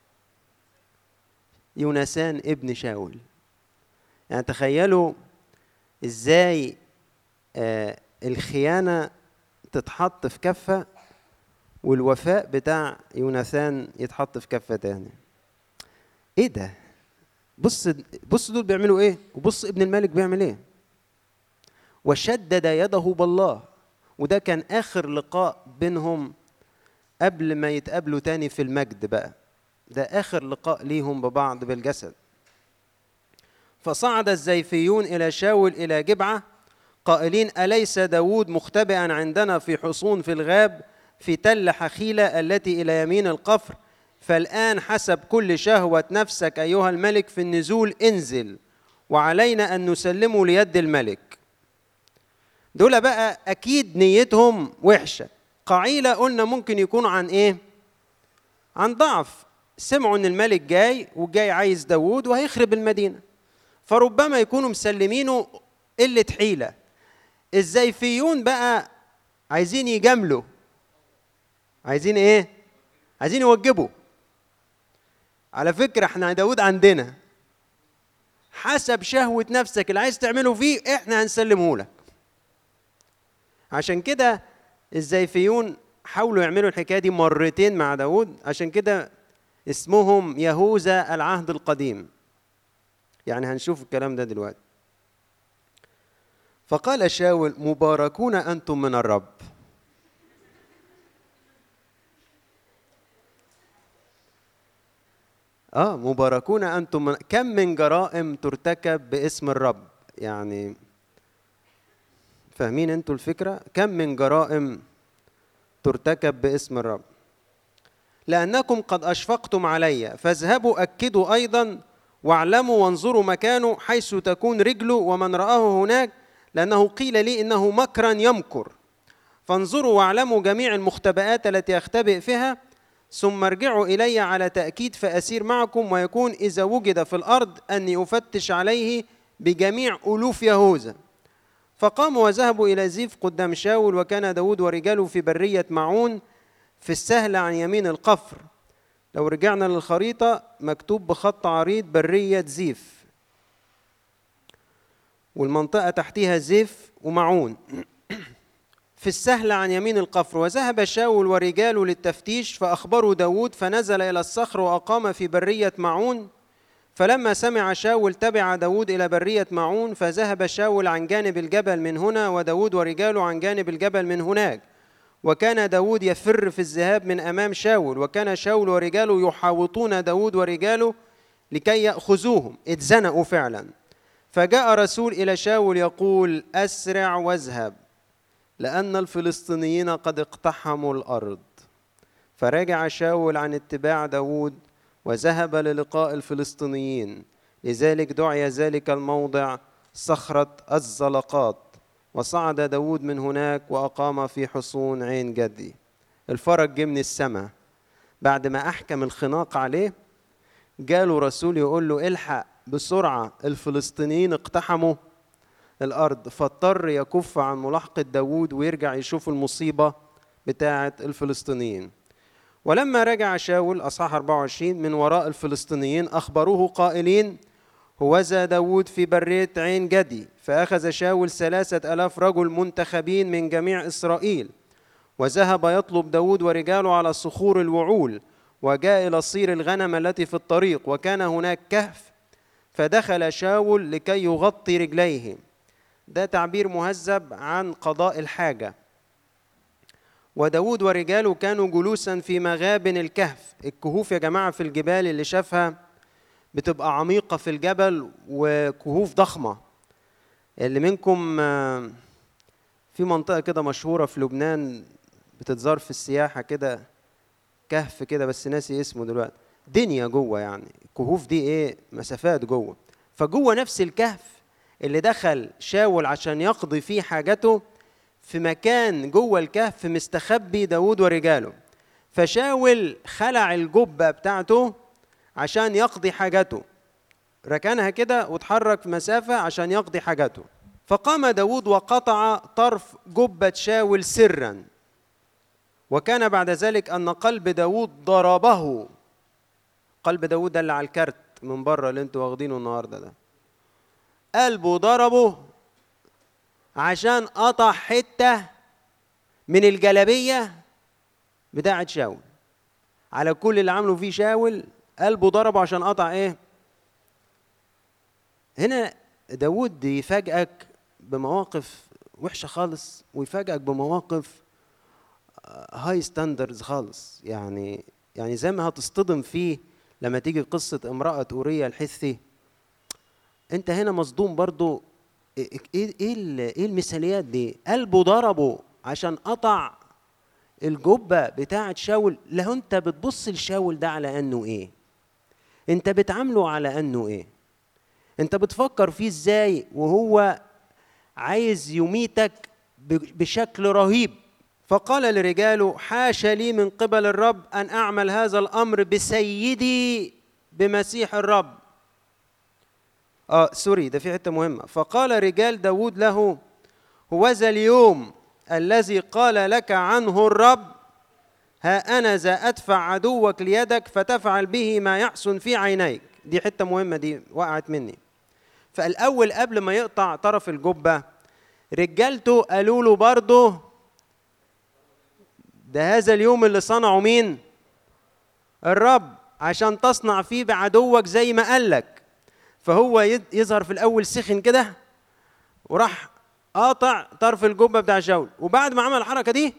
Speaker 1: يونسان ابن شاول. يعني تخيلوا ازاي آه الخيانة تتحط في كفة، والوفاء بتاع يونسان يتحط في كفة تاني. ايه ده؟ بص بص دول بيعملوا ايه، وبص ابن الملك بيعمل ايه. وشدد يده بالله، وده كان آخر لقاء بينهم قبل ما يتقابلوا تاني في المجد بقى، ده آخر لقاء ليهم ببعض بالجسد. فصعد الزيفيون إلى شاول إلى جبعة قائلين: أليس داود مختبئا عندنا في حصون في الغاب في تل حخيلة التي إلى يمين القفر؟ فالآن حسب كل شهوة نفسك أيها الملك في النزول انزل، وعلينا أن نسلمه ليد الملك. دول بقى أكيد نيتهم وحشة. قعيلة قلنا ممكن يكون عن إيه؟ عن ضعف، سمعوا أن الملك جاي وجاي عايز داود وهيخرب المدينة، فربما يكونوا مسلمينه قلة حيلة. الزيفيون بقى عايزين يجاملوا، عايزين إيه؟ عايزين يوجبوا. على فكرة احنا داود عندنا حسب شهوة نفسك اللي عايز تعمله فيه احنا هنسلمه لك. عشان كده الزيفيون حاولوا يعملوا الحكاية دي مرتين مع داود، عشان كده اسمهم يهوذا العهد القديم. يعني هنشوف الكلام ده دلوقتي. فقال شاول: مباركون أنتم من الرب. آه مباركون أنتم من... كم من جرائم ترتكب باسم الرب. يعني فاهمين أنتوا الفكرة؟ كم من جرائم ترتكب باسم الرب. لأنكم قد أشفقتم علي، فاذهبوا أكدوا أيضا واعلموا وانظروا مكانه حيث تكون رجله، ومن رآه هناك، لأنه قيل لي إنه مكرا يمكر. فانظروا واعلموا جميع المختبئات التي يختبئ فيها، ثم ارجعوا إلي على تأكيد فأسير معكم، ويكون إذا وجد في الأرض أني أفتش عليه بجميع ألوف يهوذا. فقاموا وذهبوا إلى زيف قدام شاول، وكان داود ورجاله في برية معون في السهل عن يمين القفر. لو رجعنا للخريطة مكتوب بخط عريض برية زيف، والمنطقة تحتها زيف ومعون في السهل عن يمين القفر. وذهب شاول ورجاله للتفتيش، فأخبروا داود، فنزل إلى الصخر وأقام في برية معون. فلما سمع شاول تبع داود إلى برية معون، فذهب شاول عن جانب الجبل من هنا، وداود ورجاله عن جانب الجبل من هناك. وكان داود يفر في الذهاب من أمام شاول، وكان شاول ورجاله يحاوطون داود ورجاله لكي يأخذوهم. اتزنقوا فعلا. فجاء رسول إلى شاول يقول: أسرع واذهب، لأن الفلسطينيين قد اقتحموا الأرض. فرجع شاول عن اتباع داود وذهب للقاء الفلسطينيين، لذلك دعي ذلك الموضع صخرة الزلقات. وصعد داود من هناك وأقام في حصون عين جدي. الفرج جه من السماء، بعد ما أحكم الخناق عليه جاله رسول يقول له الحق بسرعة الفلسطينيين اقتحموا الأرض، فاضطر يكف عن ملاحقة داود ويرجع يشوف المصيبة بتاعة الفلسطينيين. ولما رجع شاول أصحاح أربعة وعشرين من وراء الفلسطينيين أخبروه قائلين هوذا داود في برية عين جدي، فأخذ شاول ثلاثة ألاف رجل منتخبين من جميع إسرائيل، وذهب يطلب داود ورجاله على صخور الوعول، وجاء إلى صير الغنم التي في الطريق، وكان هناك كهف، فدخل شاول لكي يغطي رجليه. ده تعبير مهذب عن قضاء الحاجة. وداود ورجاله كانوا جلوسا في مغابن الكهف. الكهوف يا جماعة في الجبال اللي شافها بتبقى عميقة في الجبل وكهوف ضخمة. اللي منكم في منطقة كده مشهورة في لبنان بتتزار في السياحة كده، كهف كده بس ناسي اسمه دلوقتي، دنيا جوه يعني. الكهوف دي ايه؟ مسافات جوه. فجوه نفس الكهف اللي دخل شاول عشان يقضي فيه حاجته، في مكان جوه الكهف مستخبي داود ورجاله. فشاول خلع الجبة بتاعته عشان يقضي حاجته، ركنها كده وتحرك مسافة عشان يقضي حاجته. فقام داود وقطع طرف جبة شاول سرا، وكان بعد ذلك أن قلب داود ضربه. قلب داود ده اللي على الكارت من بره اللي انتوا واخدينه النهارده ده، قلبه ضربه عشان قطع حتة من الجلابية بتاعة شاول. على كل اللي عمله فيه شاول قلبه ضربه عشان قطع ايه؟ هنا داود يفاجئك بمواقف وحشة خالص، ويفاجئك بمواقف هاي ستاندرز خالص. يعني يعني زي ما هتصطدم فيه لما تيجي قصة امرأة أوريا الحثي، انت هنا مصدوم برضو. ايه ايه ايه المثاليات دي؟ قلبه ضربه عشان قطع الجبة بتاعة شاول. لو انت بتبص لشاول ده على انه ايه؟ انت بتعامله على انه ايه؟ انت بتفكر فيه ازاي وهو عايز يميتك بشكل رهيب؟ فقال لرجاله حاشا لي من قبل الرب أن أعمل هذا الأمر بسيدي بمسيح الرب. آه سوري، ده في حتة مهمة. فقال رجال داود له هوذا اليوم الذي قال لك عنه الرب، ها أنا ذا أدفع عدوك ليدك فتفعل به ما يحسن في عينيك. دي حتة مهمة، دي وقعت مني. فالأول قبل ما يقطع طرف الجبة رجالته قالوا له برضه ده هذا اليوم اللي صنعه مين؟ الرب، عشان تصنع فيه بعدوك زي ما قالك. فهو يظهر في الأول سخن كده وراح قاطع طرف الجبة بتاع شاول، وبعد ما عمل الحركة دي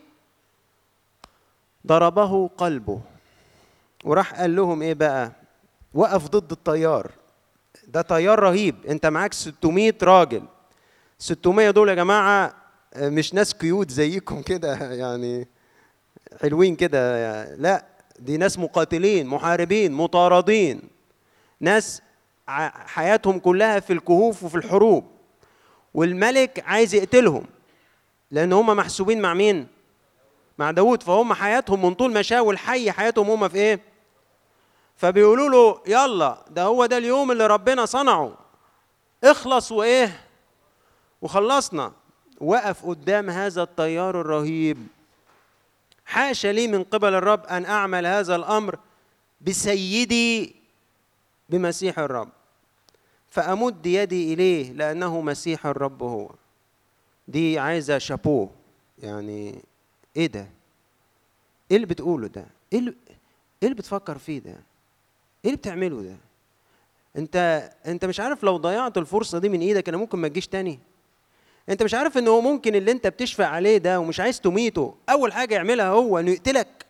Speaker 1: ضربه قلبه. وراح قال لهم ايه بقى؟ وقف ضد الطيار ده، طيار رهيب. انت معاك ستمائة راجل. ستمائة دول يا جماعة مش ناس كيوت زيكم كده يعني حلوين كده يعني. لا، دي ناس مقاتلين محاربين مطاردين، ناس حياتهم كلها في الكهوف وفي الحروب، والملك عايز يقتلهم لأن هم محسوبين مع مين؟ مع داود. فهم حياتهم من طول ما شاول حي حياتهم هم في ايه؟ فبيقولوا له يلا ده هو ده اليوم اللي ربنا صنعه، اخلص وايه وخلصنا. وقف قدام هذا الطيار الرهيب حاشا لي من قبل الرب أن أعمل هذا الأمر بسيدي بمسيح الرب، فأمد يدي إليه لأنه مسيح الرب هو. دي عايزة شابوه يعني. إيه ده؟ إيه اللي بتقوله ده؟ إيه اللي, إيه اللي بتفكر فيه ده؟ إيه اللي بتعمله ده؟ أنت أنت مش عارف لو ضيعت الفرصة دي من إيدك أنا ممكن ما تجيش تاني؟ أنت مش عارف إن هو ممكن اللي أنت بتشفق عليه ده ومش عايز تميته أول حاجة يعملها هو إنه يقتلك؟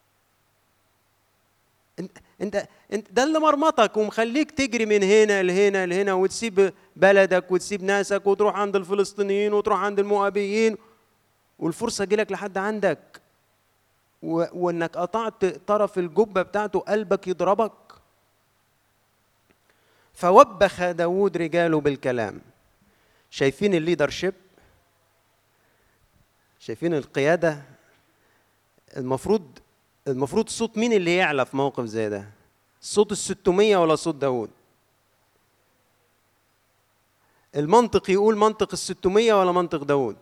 Speaker 1: أنت أنت أنت ده اللي مرمطك ومخليك تجري من هنا لهنا لهنا، وتسيب بلدك وتسيب ناسك وتروح عند الفلسطينيين وتروح عند المؤابيين، والفرصة تجيلك لحد عندك، و... وإنك قطعت طرف الجبة بتاعته قلبك يضربك. فوبخ داود رجاله بالكلام. شايفين الليدرشيب؟ شايفين القيادة؟ المفروض المفروض صوت مين اللي يعلى في موقف زي ده؟ صوت الستمية ولا صوت داود؟ المنطق يقول منطق الستمية ولا منطق داود؟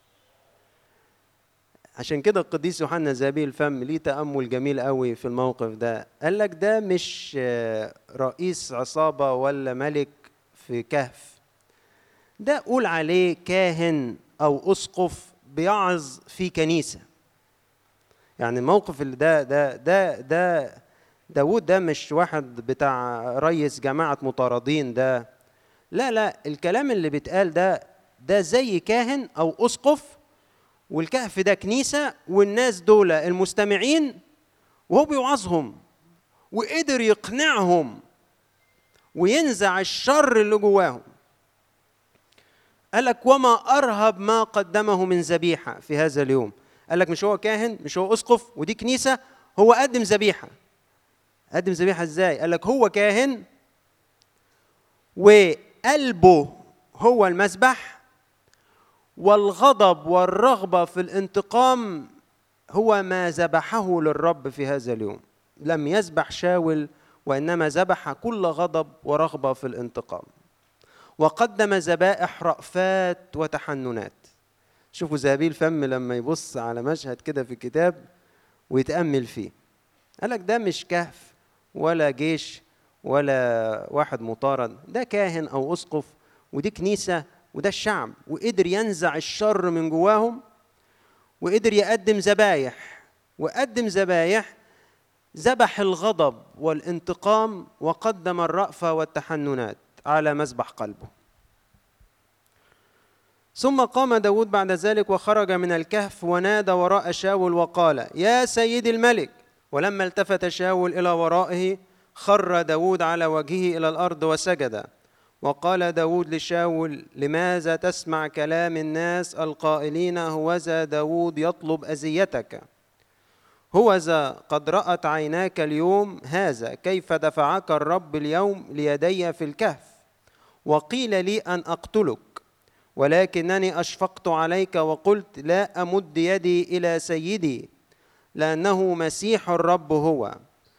Speaker 1: عشان كده القديس يوحنا ذهبي الفم ليه تأمل جميل قوي في الموقف ده. قال لك ده مش رئيس عصابة ولا ملك في كهف، ده قول عليه كاهن أو أسقف بيعظ في كنيسة. يعني الموقف اللي ده ده ده ده داود ده مش واحد بتاع رئيس جماعة مطاردين ده، لا لا، الكلام اللي بيتقال ده ده زي كاهن أو أسقف، والكهف ده كنيسة، والناس دول المستمعين وهو بيوعظهم وقدر يقنعهم وينزع الشر اللي جواهم. قال لك وما أرهب ما قدمه من ذبيحة في هذا اليوم. قال لك مش هو كاهن، مش هو أسقف ودي كنيسة، هو قدم ذبيحة. قدم ذبيحة ازاي؟ قال لك هو كاهن وقلبه هو المذبح، والغضب والرغبة في الانتقام هو ما ذبحه للرب في هذا اليوم. لم يذبح شاول، وإنما ذبح كل غضب ورغبة في الانتقام، وقدم ذبائح رأفات وتحننات. شوفوا ذهبي الفم لما يبص على مشهد كده في الكتاب ويتأمل فيه، قال لك ده مش كهف ولا جيش ولا واحد مطارد، ده كاهن أو أسقف ودي كنيسة وده الشعب، وقدر ينزع الشر من جواهم وقدر يقدم ذبايح، وقدم ذبايح ذبح الغضب والانتقام وقدم الرأفة والتحننات على مذبح قلبه. ثم قام داود بعد ذلك وخرج من الكهف ونادى وراء شاول وقال يا سيدي الملك. ولما التفت شاول إلى ورائه خر داود على وجهه إلى الأرض وسجد. وقال داود لشاول لماذا تسمع كلام الناس القائلين هوذا داود يطلب أذيتك؟ هوذا قد رأت عيناك اليوم هذا كيف دفعك الرب اليوم ليدي في الكهف، وقيل لي أن أقتلك، ولكنني أشفقت عليك وقلت لا أمد يدي إلى سيدي لأنه مسيح الرب هو.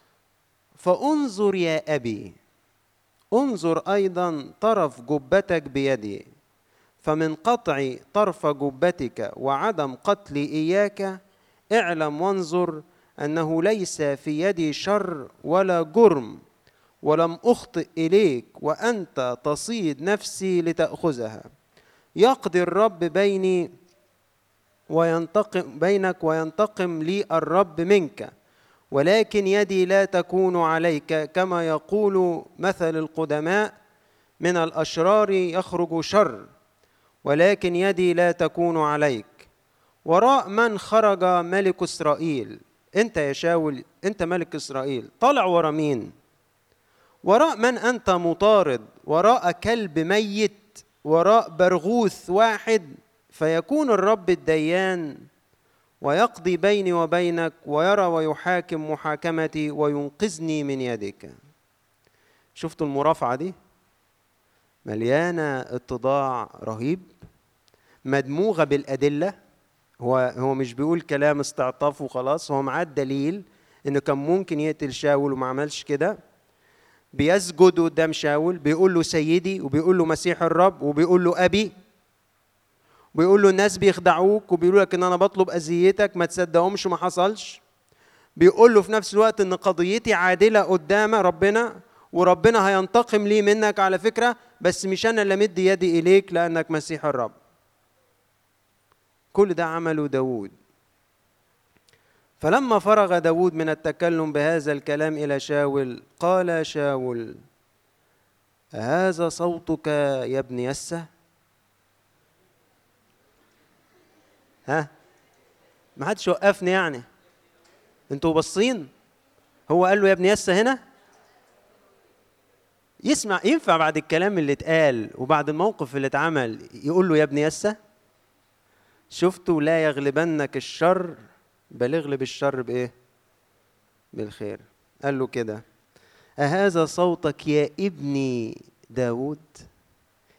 Speaker 1: فانظر يا أبي، انظر أيضا طرف جبتك بيدي، فمن قطع طرف جبتك وعدم قتلي إياك اعلم وانظر أنه ليس في يدي شر ولا جرم، ولم أخطئ إليك وأنت تصيد نفسي لتأخذها. يقضي الرب بيني وينتقم بينك وينتقم لي الرب منك، ولكن يدي لا تكون عليك، كما يقول مثل القدماء من الأشرار يخرج شر، ولكن يدي لا تكون عليك. وراء من خرج ملك إسرائيل؟ أنت يا شاول، أنت ملك إسرائيل، طلع وراء مين؟ وراء من أنت مطارد؟ وراء كلب ميت، وراء برغوث واحد، فيكون الرب الديان ويقضي بيني وبينك ويرى ويحاكم محاكمتي وينقذني من يدك. شفتوا المرافعة دي؟ مليانة اتضاع رهيب، مدموغة بالأدلة. هو هو مش بيقول كلام استعطاف وخلاص، هو معاه الدليل إنه كان ممكن يقتل شاول وما عملش كده. بيسجد قدام شاول، بيقول له سيدي، وبيقول له مسيح الرب، وبيقول له أبي، بيقول له الناس بيخدعوك وبيقولوا لك ان انا بطلب اذيتك، ما تصدقهمش، ما حصلش. بيقول له في نفس الوقت ان قضيتي عادله قدام ربنا، وربنا هينتقم لي منك على فكره، بس مش انا اللي مدي يدي اليك لانك مسيح الرب. كل ده عمله داود. فلما فرغ داود من التكلم بهذا الكلام الى شاول قال شاول هذا صوتك يا ابن يسى؟ ها، ما حدش وقفني يعني، انتوا باصين. هو قال له يا ابن يسى هنا؟ يسمع ينفع بعد الكلام اللي اتقال وبعد الموقف اللي اتعمل يقول له يا ابن يسى؟ شفتوا؟ لا يغلبنك الشر بل اغلب الشر بايه؟ بالخير. قال له كده أهذا صوتك يا ابني داود؟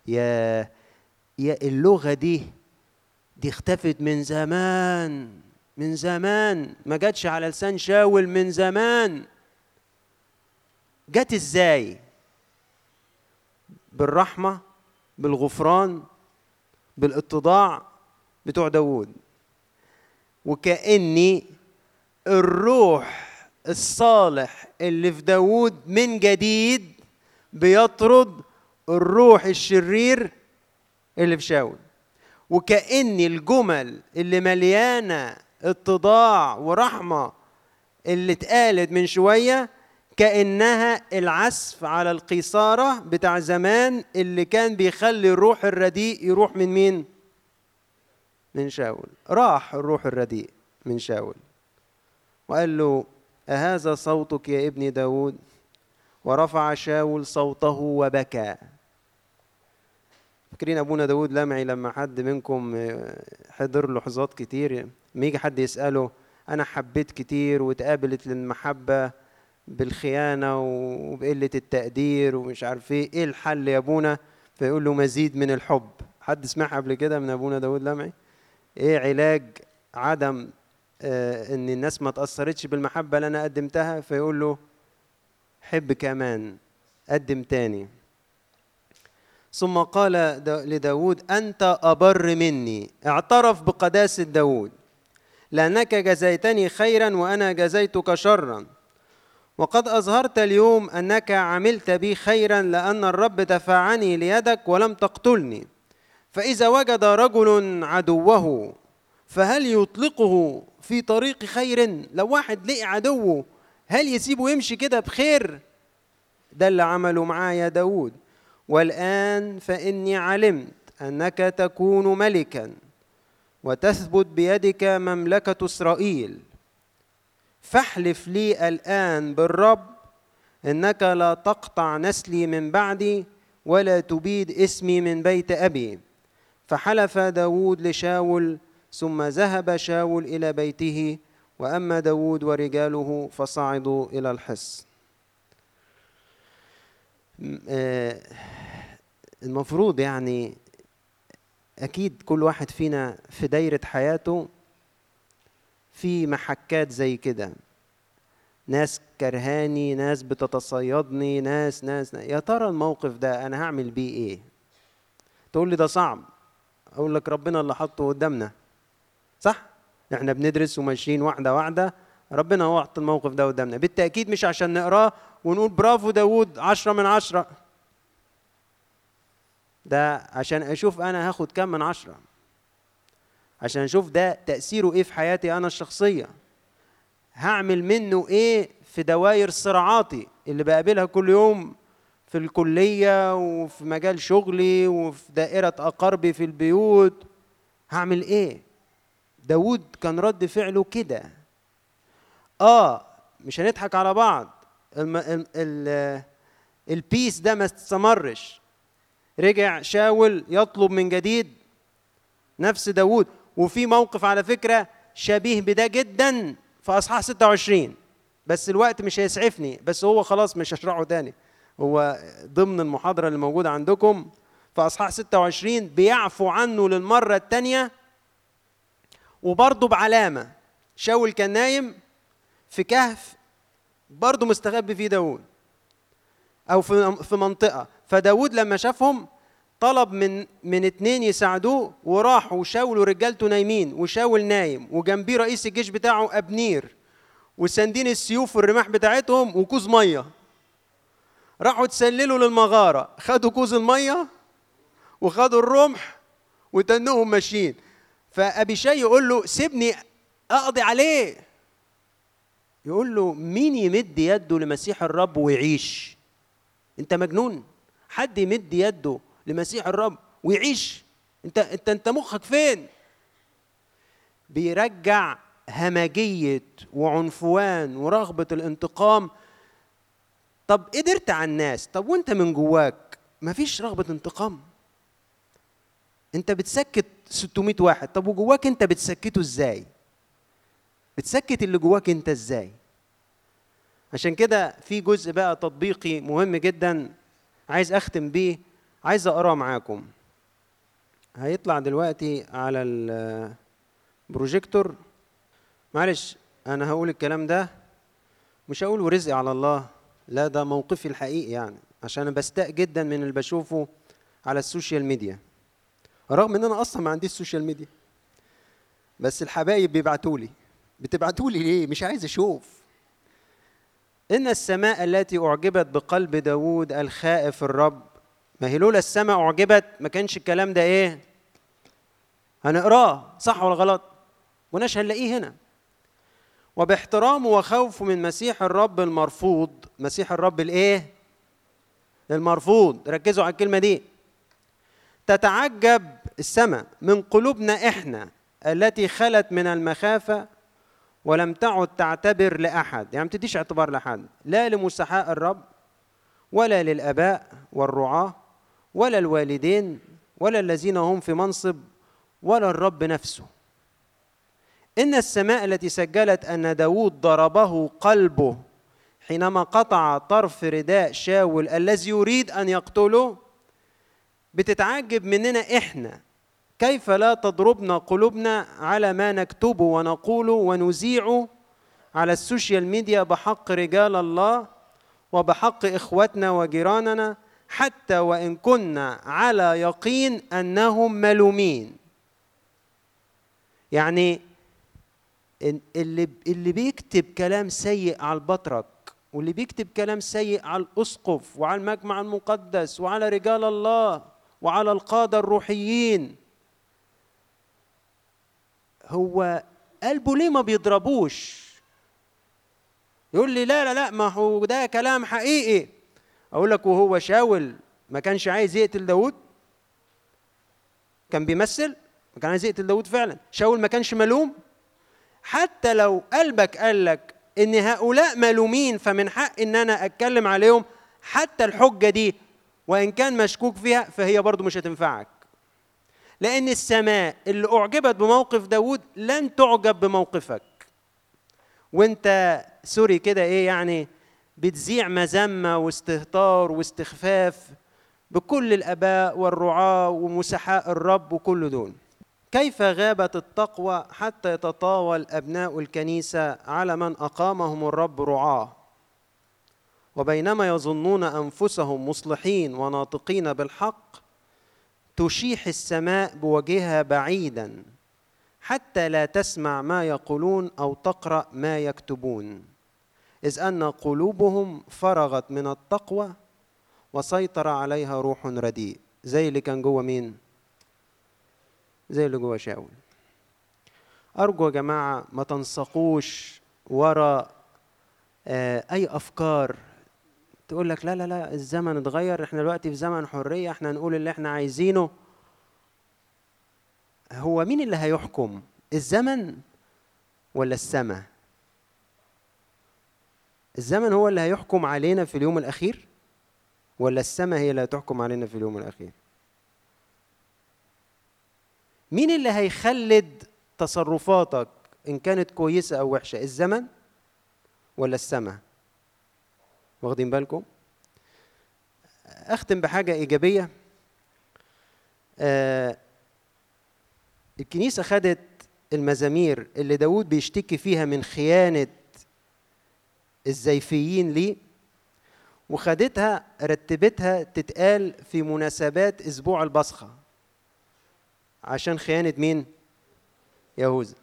Speaker 1: يا يا اللغة دي دي اختفت من زمان، من زمان، ما جاتش على لسان شاول من زمان. جات ازاي؟ بالرحمة، بالغفران، بالاتضاع بتوع داود. وكأني الروح الصالح اللي في داود من جديد بيطرد الروح الشرير اللي في شاول. وكأني الجمل اللي مليانة اتضاع ورحمة اللي اتقالت من شوية كأنها العزف على القيصارة بتاع زمان اللي كان بيخلي الروح الرديء يروح من مين؟ من شاول. راح الروح الرديء من شاول وقال له: أهذا صوتك يا ابن داود؟ ورفع شاول صوته وبكى. فاكرين أبونا داود لمعي لما حد منكم حضر له حظات كتير، لما يجي حد يسأله أنا حبيت كتير واتقابلت للمحبة بالخيانة وبقلة التقدير ومش عارف ايه، ايه الحل يا ابونا؟ فيقول له: مزيد من الحب. حد سمعها قبل كده من ابونا داود لمعي؟ ايه علاج عدم آه ان الناس ما تأثرتش بالمحبة اللي انا قدمتها؟ فيقول له: حب كمان، قدم تاني. ثم قال لداود: أنت أبر مني. اعترف بقداسة داود: لأنك جزيتني خيرا وأنا جزيتك شرا، وقد أظهرت اليوم أنك عملت بي خيرا، لأن الرب دفعني ليدك ولم تقتلني. فإذا وجد رجل عدوه فهل يطلقه في طريق خير؟ لو واحد لقي عدوه هل يسيبه يمشي كده بخير؟ ده اللي عمله معايا داود. والآن فإني علمت أنك تكون ملكا وتثبت بيدك مملكة إسرائيل، فاحلف لي الآن بالرب إنك لا تقطع نسلي من بعدي ولا تبيد اسمي من بيت أبي. فحلف داود لشاول، ثم ذهب شاول إلى بيته، وأما داود ورجاله فصعدوا إلى الحصن. المفروض يعني أكيد كل واحد فينا في دايرة حياته في محكات زي كده، ناس كرهاني، ناس بتتصيدني، ناس ناس يا ترى الموقف ده أنا هعمل بيه إيه؟ تقول لي ده صعب. أقول لك ربنا اللي حطه قدامنا، صح؟ إحنا بندرس وماشيين واحدة واحدة، ربنا هو حط الموقف ده قدامنا. بالتأكيد مش عشان نقراه ونقول برافو داود عشرة من عشرة، ده عشان أشوف أنا هاخد كام من عشرة، عشان أشوف ده تأثيره إيه في حياتي أنا الشخصية، هعمل منه إيه في دوائر صراعاتي اللي بقابلها كل يوم في الكلية وفي مجال شغلي وفي دائرة أقاربي في البيوت. هعمل إيه؟ داود كان رد فعله كده. آه مش هنضحك على بعض، الم... ال... ال... البيس ده ما استمرش. رجع شاول يطلب من جديد نفس داود. وفي موقف على فكرة شبيه بده جدا في أصحاح ستة وعشرين، بس الوقت مش هيسعفني، بس هو خلاص مش هشرحه تاني، هو ضمن المحاضرة اللي موجودة عندكم. في أصحاح ستة وعشرين بيعفو عنه للمرة التانية، وبرضه بعلامة. شاول كان نايم في كهف برضه مستخبي فيه داود، أو في منطقة، فداود لما شافهم طلب من من اتنين يساعدوه، وراحوا شاول ورجالته نايمين، وشاول نايم وجنبيه رئيس الجيش بتاعه أبنير وساندين السيوف والرماح بتاعتهم وكوز ميه. راحوا تسللوا للمغارة، خدوا كوز الميه وخدوا الرمح وتنوهم ماشيين. فأبيشاي يقول له: سيبني أقضي عليه. يقول له: مين يمد يده لمسيح الرب ويعيش؟ انت مجنون؟ حد يمد يده لمسيح الرب ويعيش؟ انت انت انت مخك فين؟ بيرجع همجية وعنفوان ورغبة الانتقام. طب قدرت على الناس، طب وانت من جواك مفيش رغبة انتقام؟ انت بتسكت ستمائة واحد، طب وجواك انت بتسكته ازاي؟ بتسكت اللي جواك انت ازاي؟ عشان كده في جزء بقى تطبيقي مهم جدا عايز اختم بيه، عايز اقراه معاكم. هيطلع دلوقتي على البروجيكتور. معلش أنا هقول الكلام ده، مش هقوله رزقي على الله، لا ده موقفي الحقيقي يعني، عشان أنا بستاء جدا من اللي بشوفه على السوشيال ميديا، رغم إن أنا أصلا ما عنديش سوشيال ميديا، بس الحبايب بيبعتولي. بتبعتولي ليه؟ مش عايز أشوف. إن السماء التي أعجبت بقلب داود الخائف الرب، ما هي لولا السماء أعجبت ما كانش الكلام ده إيه؟ هنقراه صح ولا غلط؟ وناش هنلاقيه هنا. وباحترامه وخوفه من مسيح الرب المرفوض، مسيح الرب الإيه؟ المرفوض، ركزوا على الكلمة دي. تتعجب السماء من قلوبنا إحنا التي خلت من المخافة ولم تعد تعتبر لأحد، يعني ما تديش اعتبار لأحد، لا لمسحاء الرب ولا للآباء والرعاة ولا الوالدين ولا الذين هم في منصب ولا الرب نفسه. إن السماء التي سجلت أن داود ضربه قلبه حينما قطع طرف رداء شاول الذي يريد أن يقتله، بتتعجب مننا إحنا كيف لا تضربنا قلوبنا على ما نكتبه ونقوله ونذيعه على السوشيال ميديا بحق رجال الله وبحق إخوتنا وجيراننا، حتى وإن كنا على يقين أنهم ملومين. يعني اللي اللي بيكتب كلام سيء على البطرك، واللي بيكتب كلام سيء على الأسقف وعلى المجمع المقدس وعلى رجال الله وعلى القادة الروحيين، هو قلبه ليه ما بيضربوش؟ يقول لي لا لا لا ما هو ده كلام حقيقي. أقول لك وهو شاول ما كانش عايز يقتل داود؟ كان بيمثل؟ ما كان عايز يقتل داود فعلا. شاول ما كانش ملوم؟ حتى لو قلبك قال لك إن هؤلاء ملومين فمن حق إن أنا أتكلم عليهم، حتى الحجة دي وإن كان مشكوك فيها فهي برضو مش هتنفعك، لأن السماء اللي أعجبت بموقف داود لن تعجب بموقفك. وانت سوري كده ايه يعني بتذيع مذمة واستهتار واستخفاف بكل الآباء والرعاة ومسحاء الرب وكل دول. كيف غابت التقوى حتى يتطاول أبناء الكنيسة على من أقامهم الرب رعاة، وبينما يظنون أنفسهم مصلحين وناطقين بالحق تشيح السماء بوجهها بعيدا حتى لا تسمع ما يقولون أو تقرأ ما يكتبون، إذ أن قلوبهم فرغت من التقوى وسيطر عليها روح رديء. زي اللي كان جوه مين؟ زي اللي جوه شاول. أرجو يا جماعة ما تنسقوش وراء أي أفكار تقول لك لا لا لا الزمن اتغير، احنا دلوقتي في زمن حرية، احنا نقول اللي احنا عايزينه. هو مين اللي هيحكم؟ الزمن ولا السماء؟ الزمن هو اللي هيحكم علينا في اليوم الأخير ولا السماء هي اللي هتحكم علينا في اليوم الأخير؟ مين اللي هيخلد تصرفاتك إن كانت كويسة أو وحشة؟ الزمن ولا السماء؟ واخدين بالكم؟ أختم بحاجة إيجابية. آه الكنيسة خدت المزامير اللي داود بيشتكي فيها من خيانة الزيفيين ليه، وخدتها رتبتها تتقال في مناسبات أسبوع البصخة عشان خيانة مين؟ يهوذا.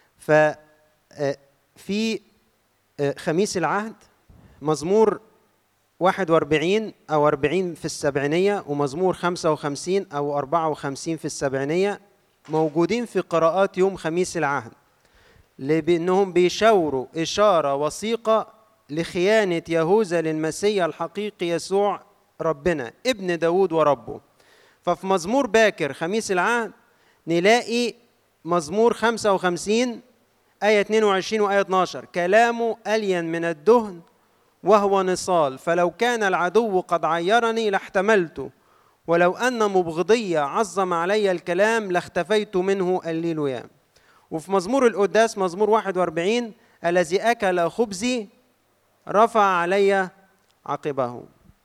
Speaker 1: ففي خميس العهد مزمور واحد وأربعين أو أربعين في السبعينية ومزمور خمسة وخمسين أو أربعة وخمسين في السبعينية موجودين في قراءات يوم خميس العهد، لأنهم بيشاوروا إشارة وثيقة لخيانة يهوذا للمسيح الحقيقي يسوع ربنا ابن داود وربه. ففي مزمور باكر خميس العهد نلاقي مزمور خمسة وخمسين آية اثنين وعشرين وآية اثناشر: كلامه ألين من الدهن وهو نصال، فلو كان العدو قد عيرني لاحتملته، ولو أن مبغضية عظم علي الكلام لاختفيت منه الليلويا. وفي مزمور القداس مزمور واحد وأربعين: الذي أكل خبزي رفع علي عقبه.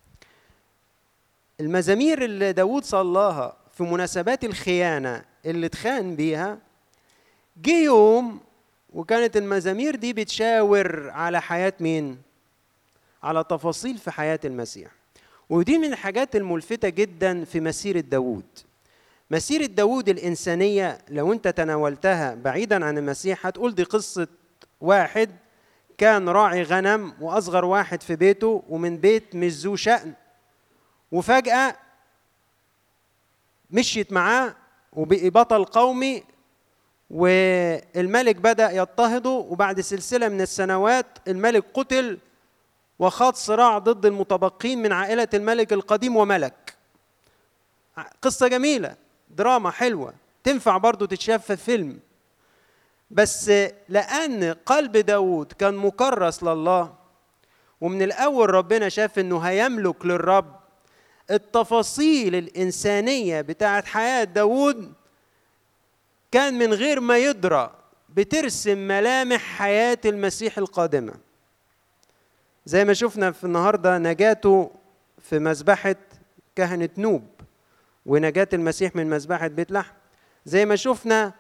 Speaker 1: المزامير اللي داود صلاها في مناسبات الخيانة اللي اتخان بيها، جه يوم وكانت المزامير دي بتشاور على حياة مين؟ على تفاصيل في حياة المسيح. ودي من الحاجات الملفتة جدا في مسيرة داود. مسيرة داود الإنسانية لو أنت تناولتها بعيدا عن المسيح هتقول دي قصة واحد كان راعي غنم وأصغر واحد في بيته ومن بيت مش ذو شأن، وفجأة مشيت معاه وبقي بطل قومي، والملك بدأ يضطهده، وبعد سلسلة من السنوات الملك قتل وخاض صراع ضد المتبقين من عائلة الملك القديم وملك. قصة جميلة، دراما حلوة، تنفع برضو تتشاف في فيلم. بس لأن قلب داود كان مكرس لله، ومن الأول ربنا شاف أنه هيملك للرب، التفاصيل الإنسانية بتاعت حياة داود كان من غير ما يدرى بترسم ملامح حياة المسيح القادمة. زي ما شفنا في النهاردة نجاته في مذبحة كهنة نوب، ونجاة المسيح من مذبحة بيت لحم. زي ما شفنا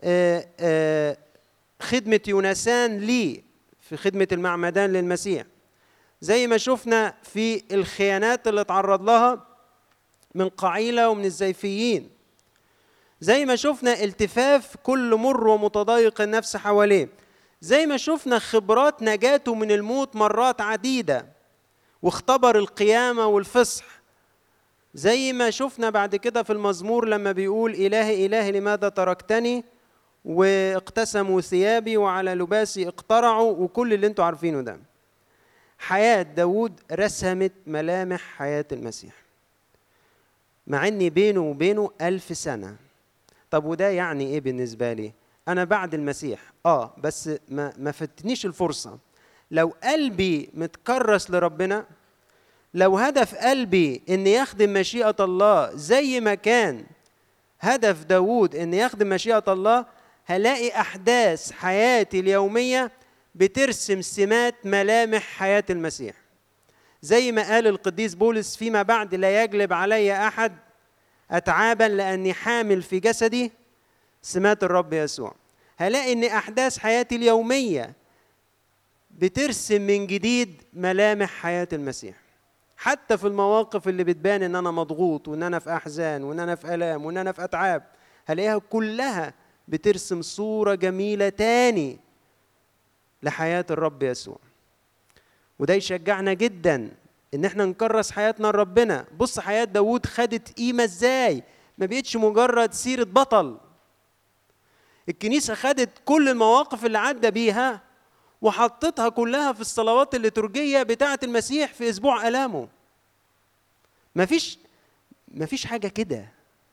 Speaker 1: خدمة يونسان ليه في خدمة المعمدان للمسيح. زي ما شفنا في الخيانات اللي تعرض لها من قعيلة ومن الزيفيين. زي ما شفنا التفاف كل مر ومتضايق النفس حواليه. زي ما شفنا خبرات نجاته من الموت مرات عديدة، واختبر القيامة والفصح. زي ما شفنا بعد كده في المزمور لما بيقول إلهي إلهي لماذا تركتني، واقتسموا ثيابي وعلى لباسي اقترعوا، وكل اللي انتوا عارفينه ده. حياة داود رسمت ملامح حياة المسيح، مع ان بينه وبينه ألف سنة. طب وده يعني ايه بالنسبة لي؟ انا بعد المسيح اه بس ما, ما فتنيش الفرصة. لو قلبي متكرس لربنا، لو هدف قلبي ان يخدم مشيئة الله زي ما كان هدف داود ان يخدم مشيئة الله، هلاقي احداث حياتي اليومية بترسم سمات ملامح حياة المسيح. زي ما قال القديس بولس فيما بعد لا يجلب علي أحد أتعابا لأني حامل في جسدي سمات الرب يسوع. هلاقي أن أحداث حياتي اليومية بترسم من جديد ملامح حياة المسيح، حتى في المواقف اللي بتبان أن أنا مضغوط وأن أنا في أحزان وأن أنا في ألام وأن أنا في أتعاب، هلاقيها كلها بترسم صورة جميلة تاني لحياة الرب يسوع. وده يشجعنا جدا ان احنا نكرس حياتنا لربنا. بص حياة داود خدت قيمة ازاي، ما بقتش مجرد سيرة بطل. الكنيسة خدت كل المواقف اللي عدى بيها وحطتها كلها في الصلوات الليتورجية بتاعة المسيح في اسبوع آلامه. مفيش مفيش حاجة كده.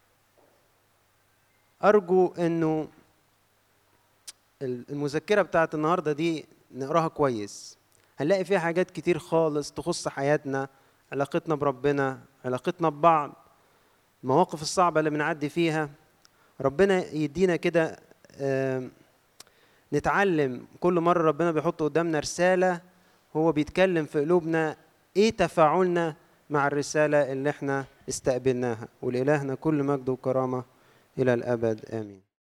Speaker 1: ارجو انه المذكرة بتاعة النهاردة دي نقراها كويس، هنلاقي فيها حاجات كتير خالص تخص حياتنا، علاقتنا بربنا، علاقتنا ببعض، المواقف الصعبة اللي بنعدي فيها. ربنا يدينا كده نتعلم كل مرة ربنا بيحط قدامنا رسالة، هو بيتكلم في قلوبنا ايه تفاعلنا مع الرسالة اللي احنا استقبلناها. ولإلهنا كل مجد وكرامة إلى الأبد آمين.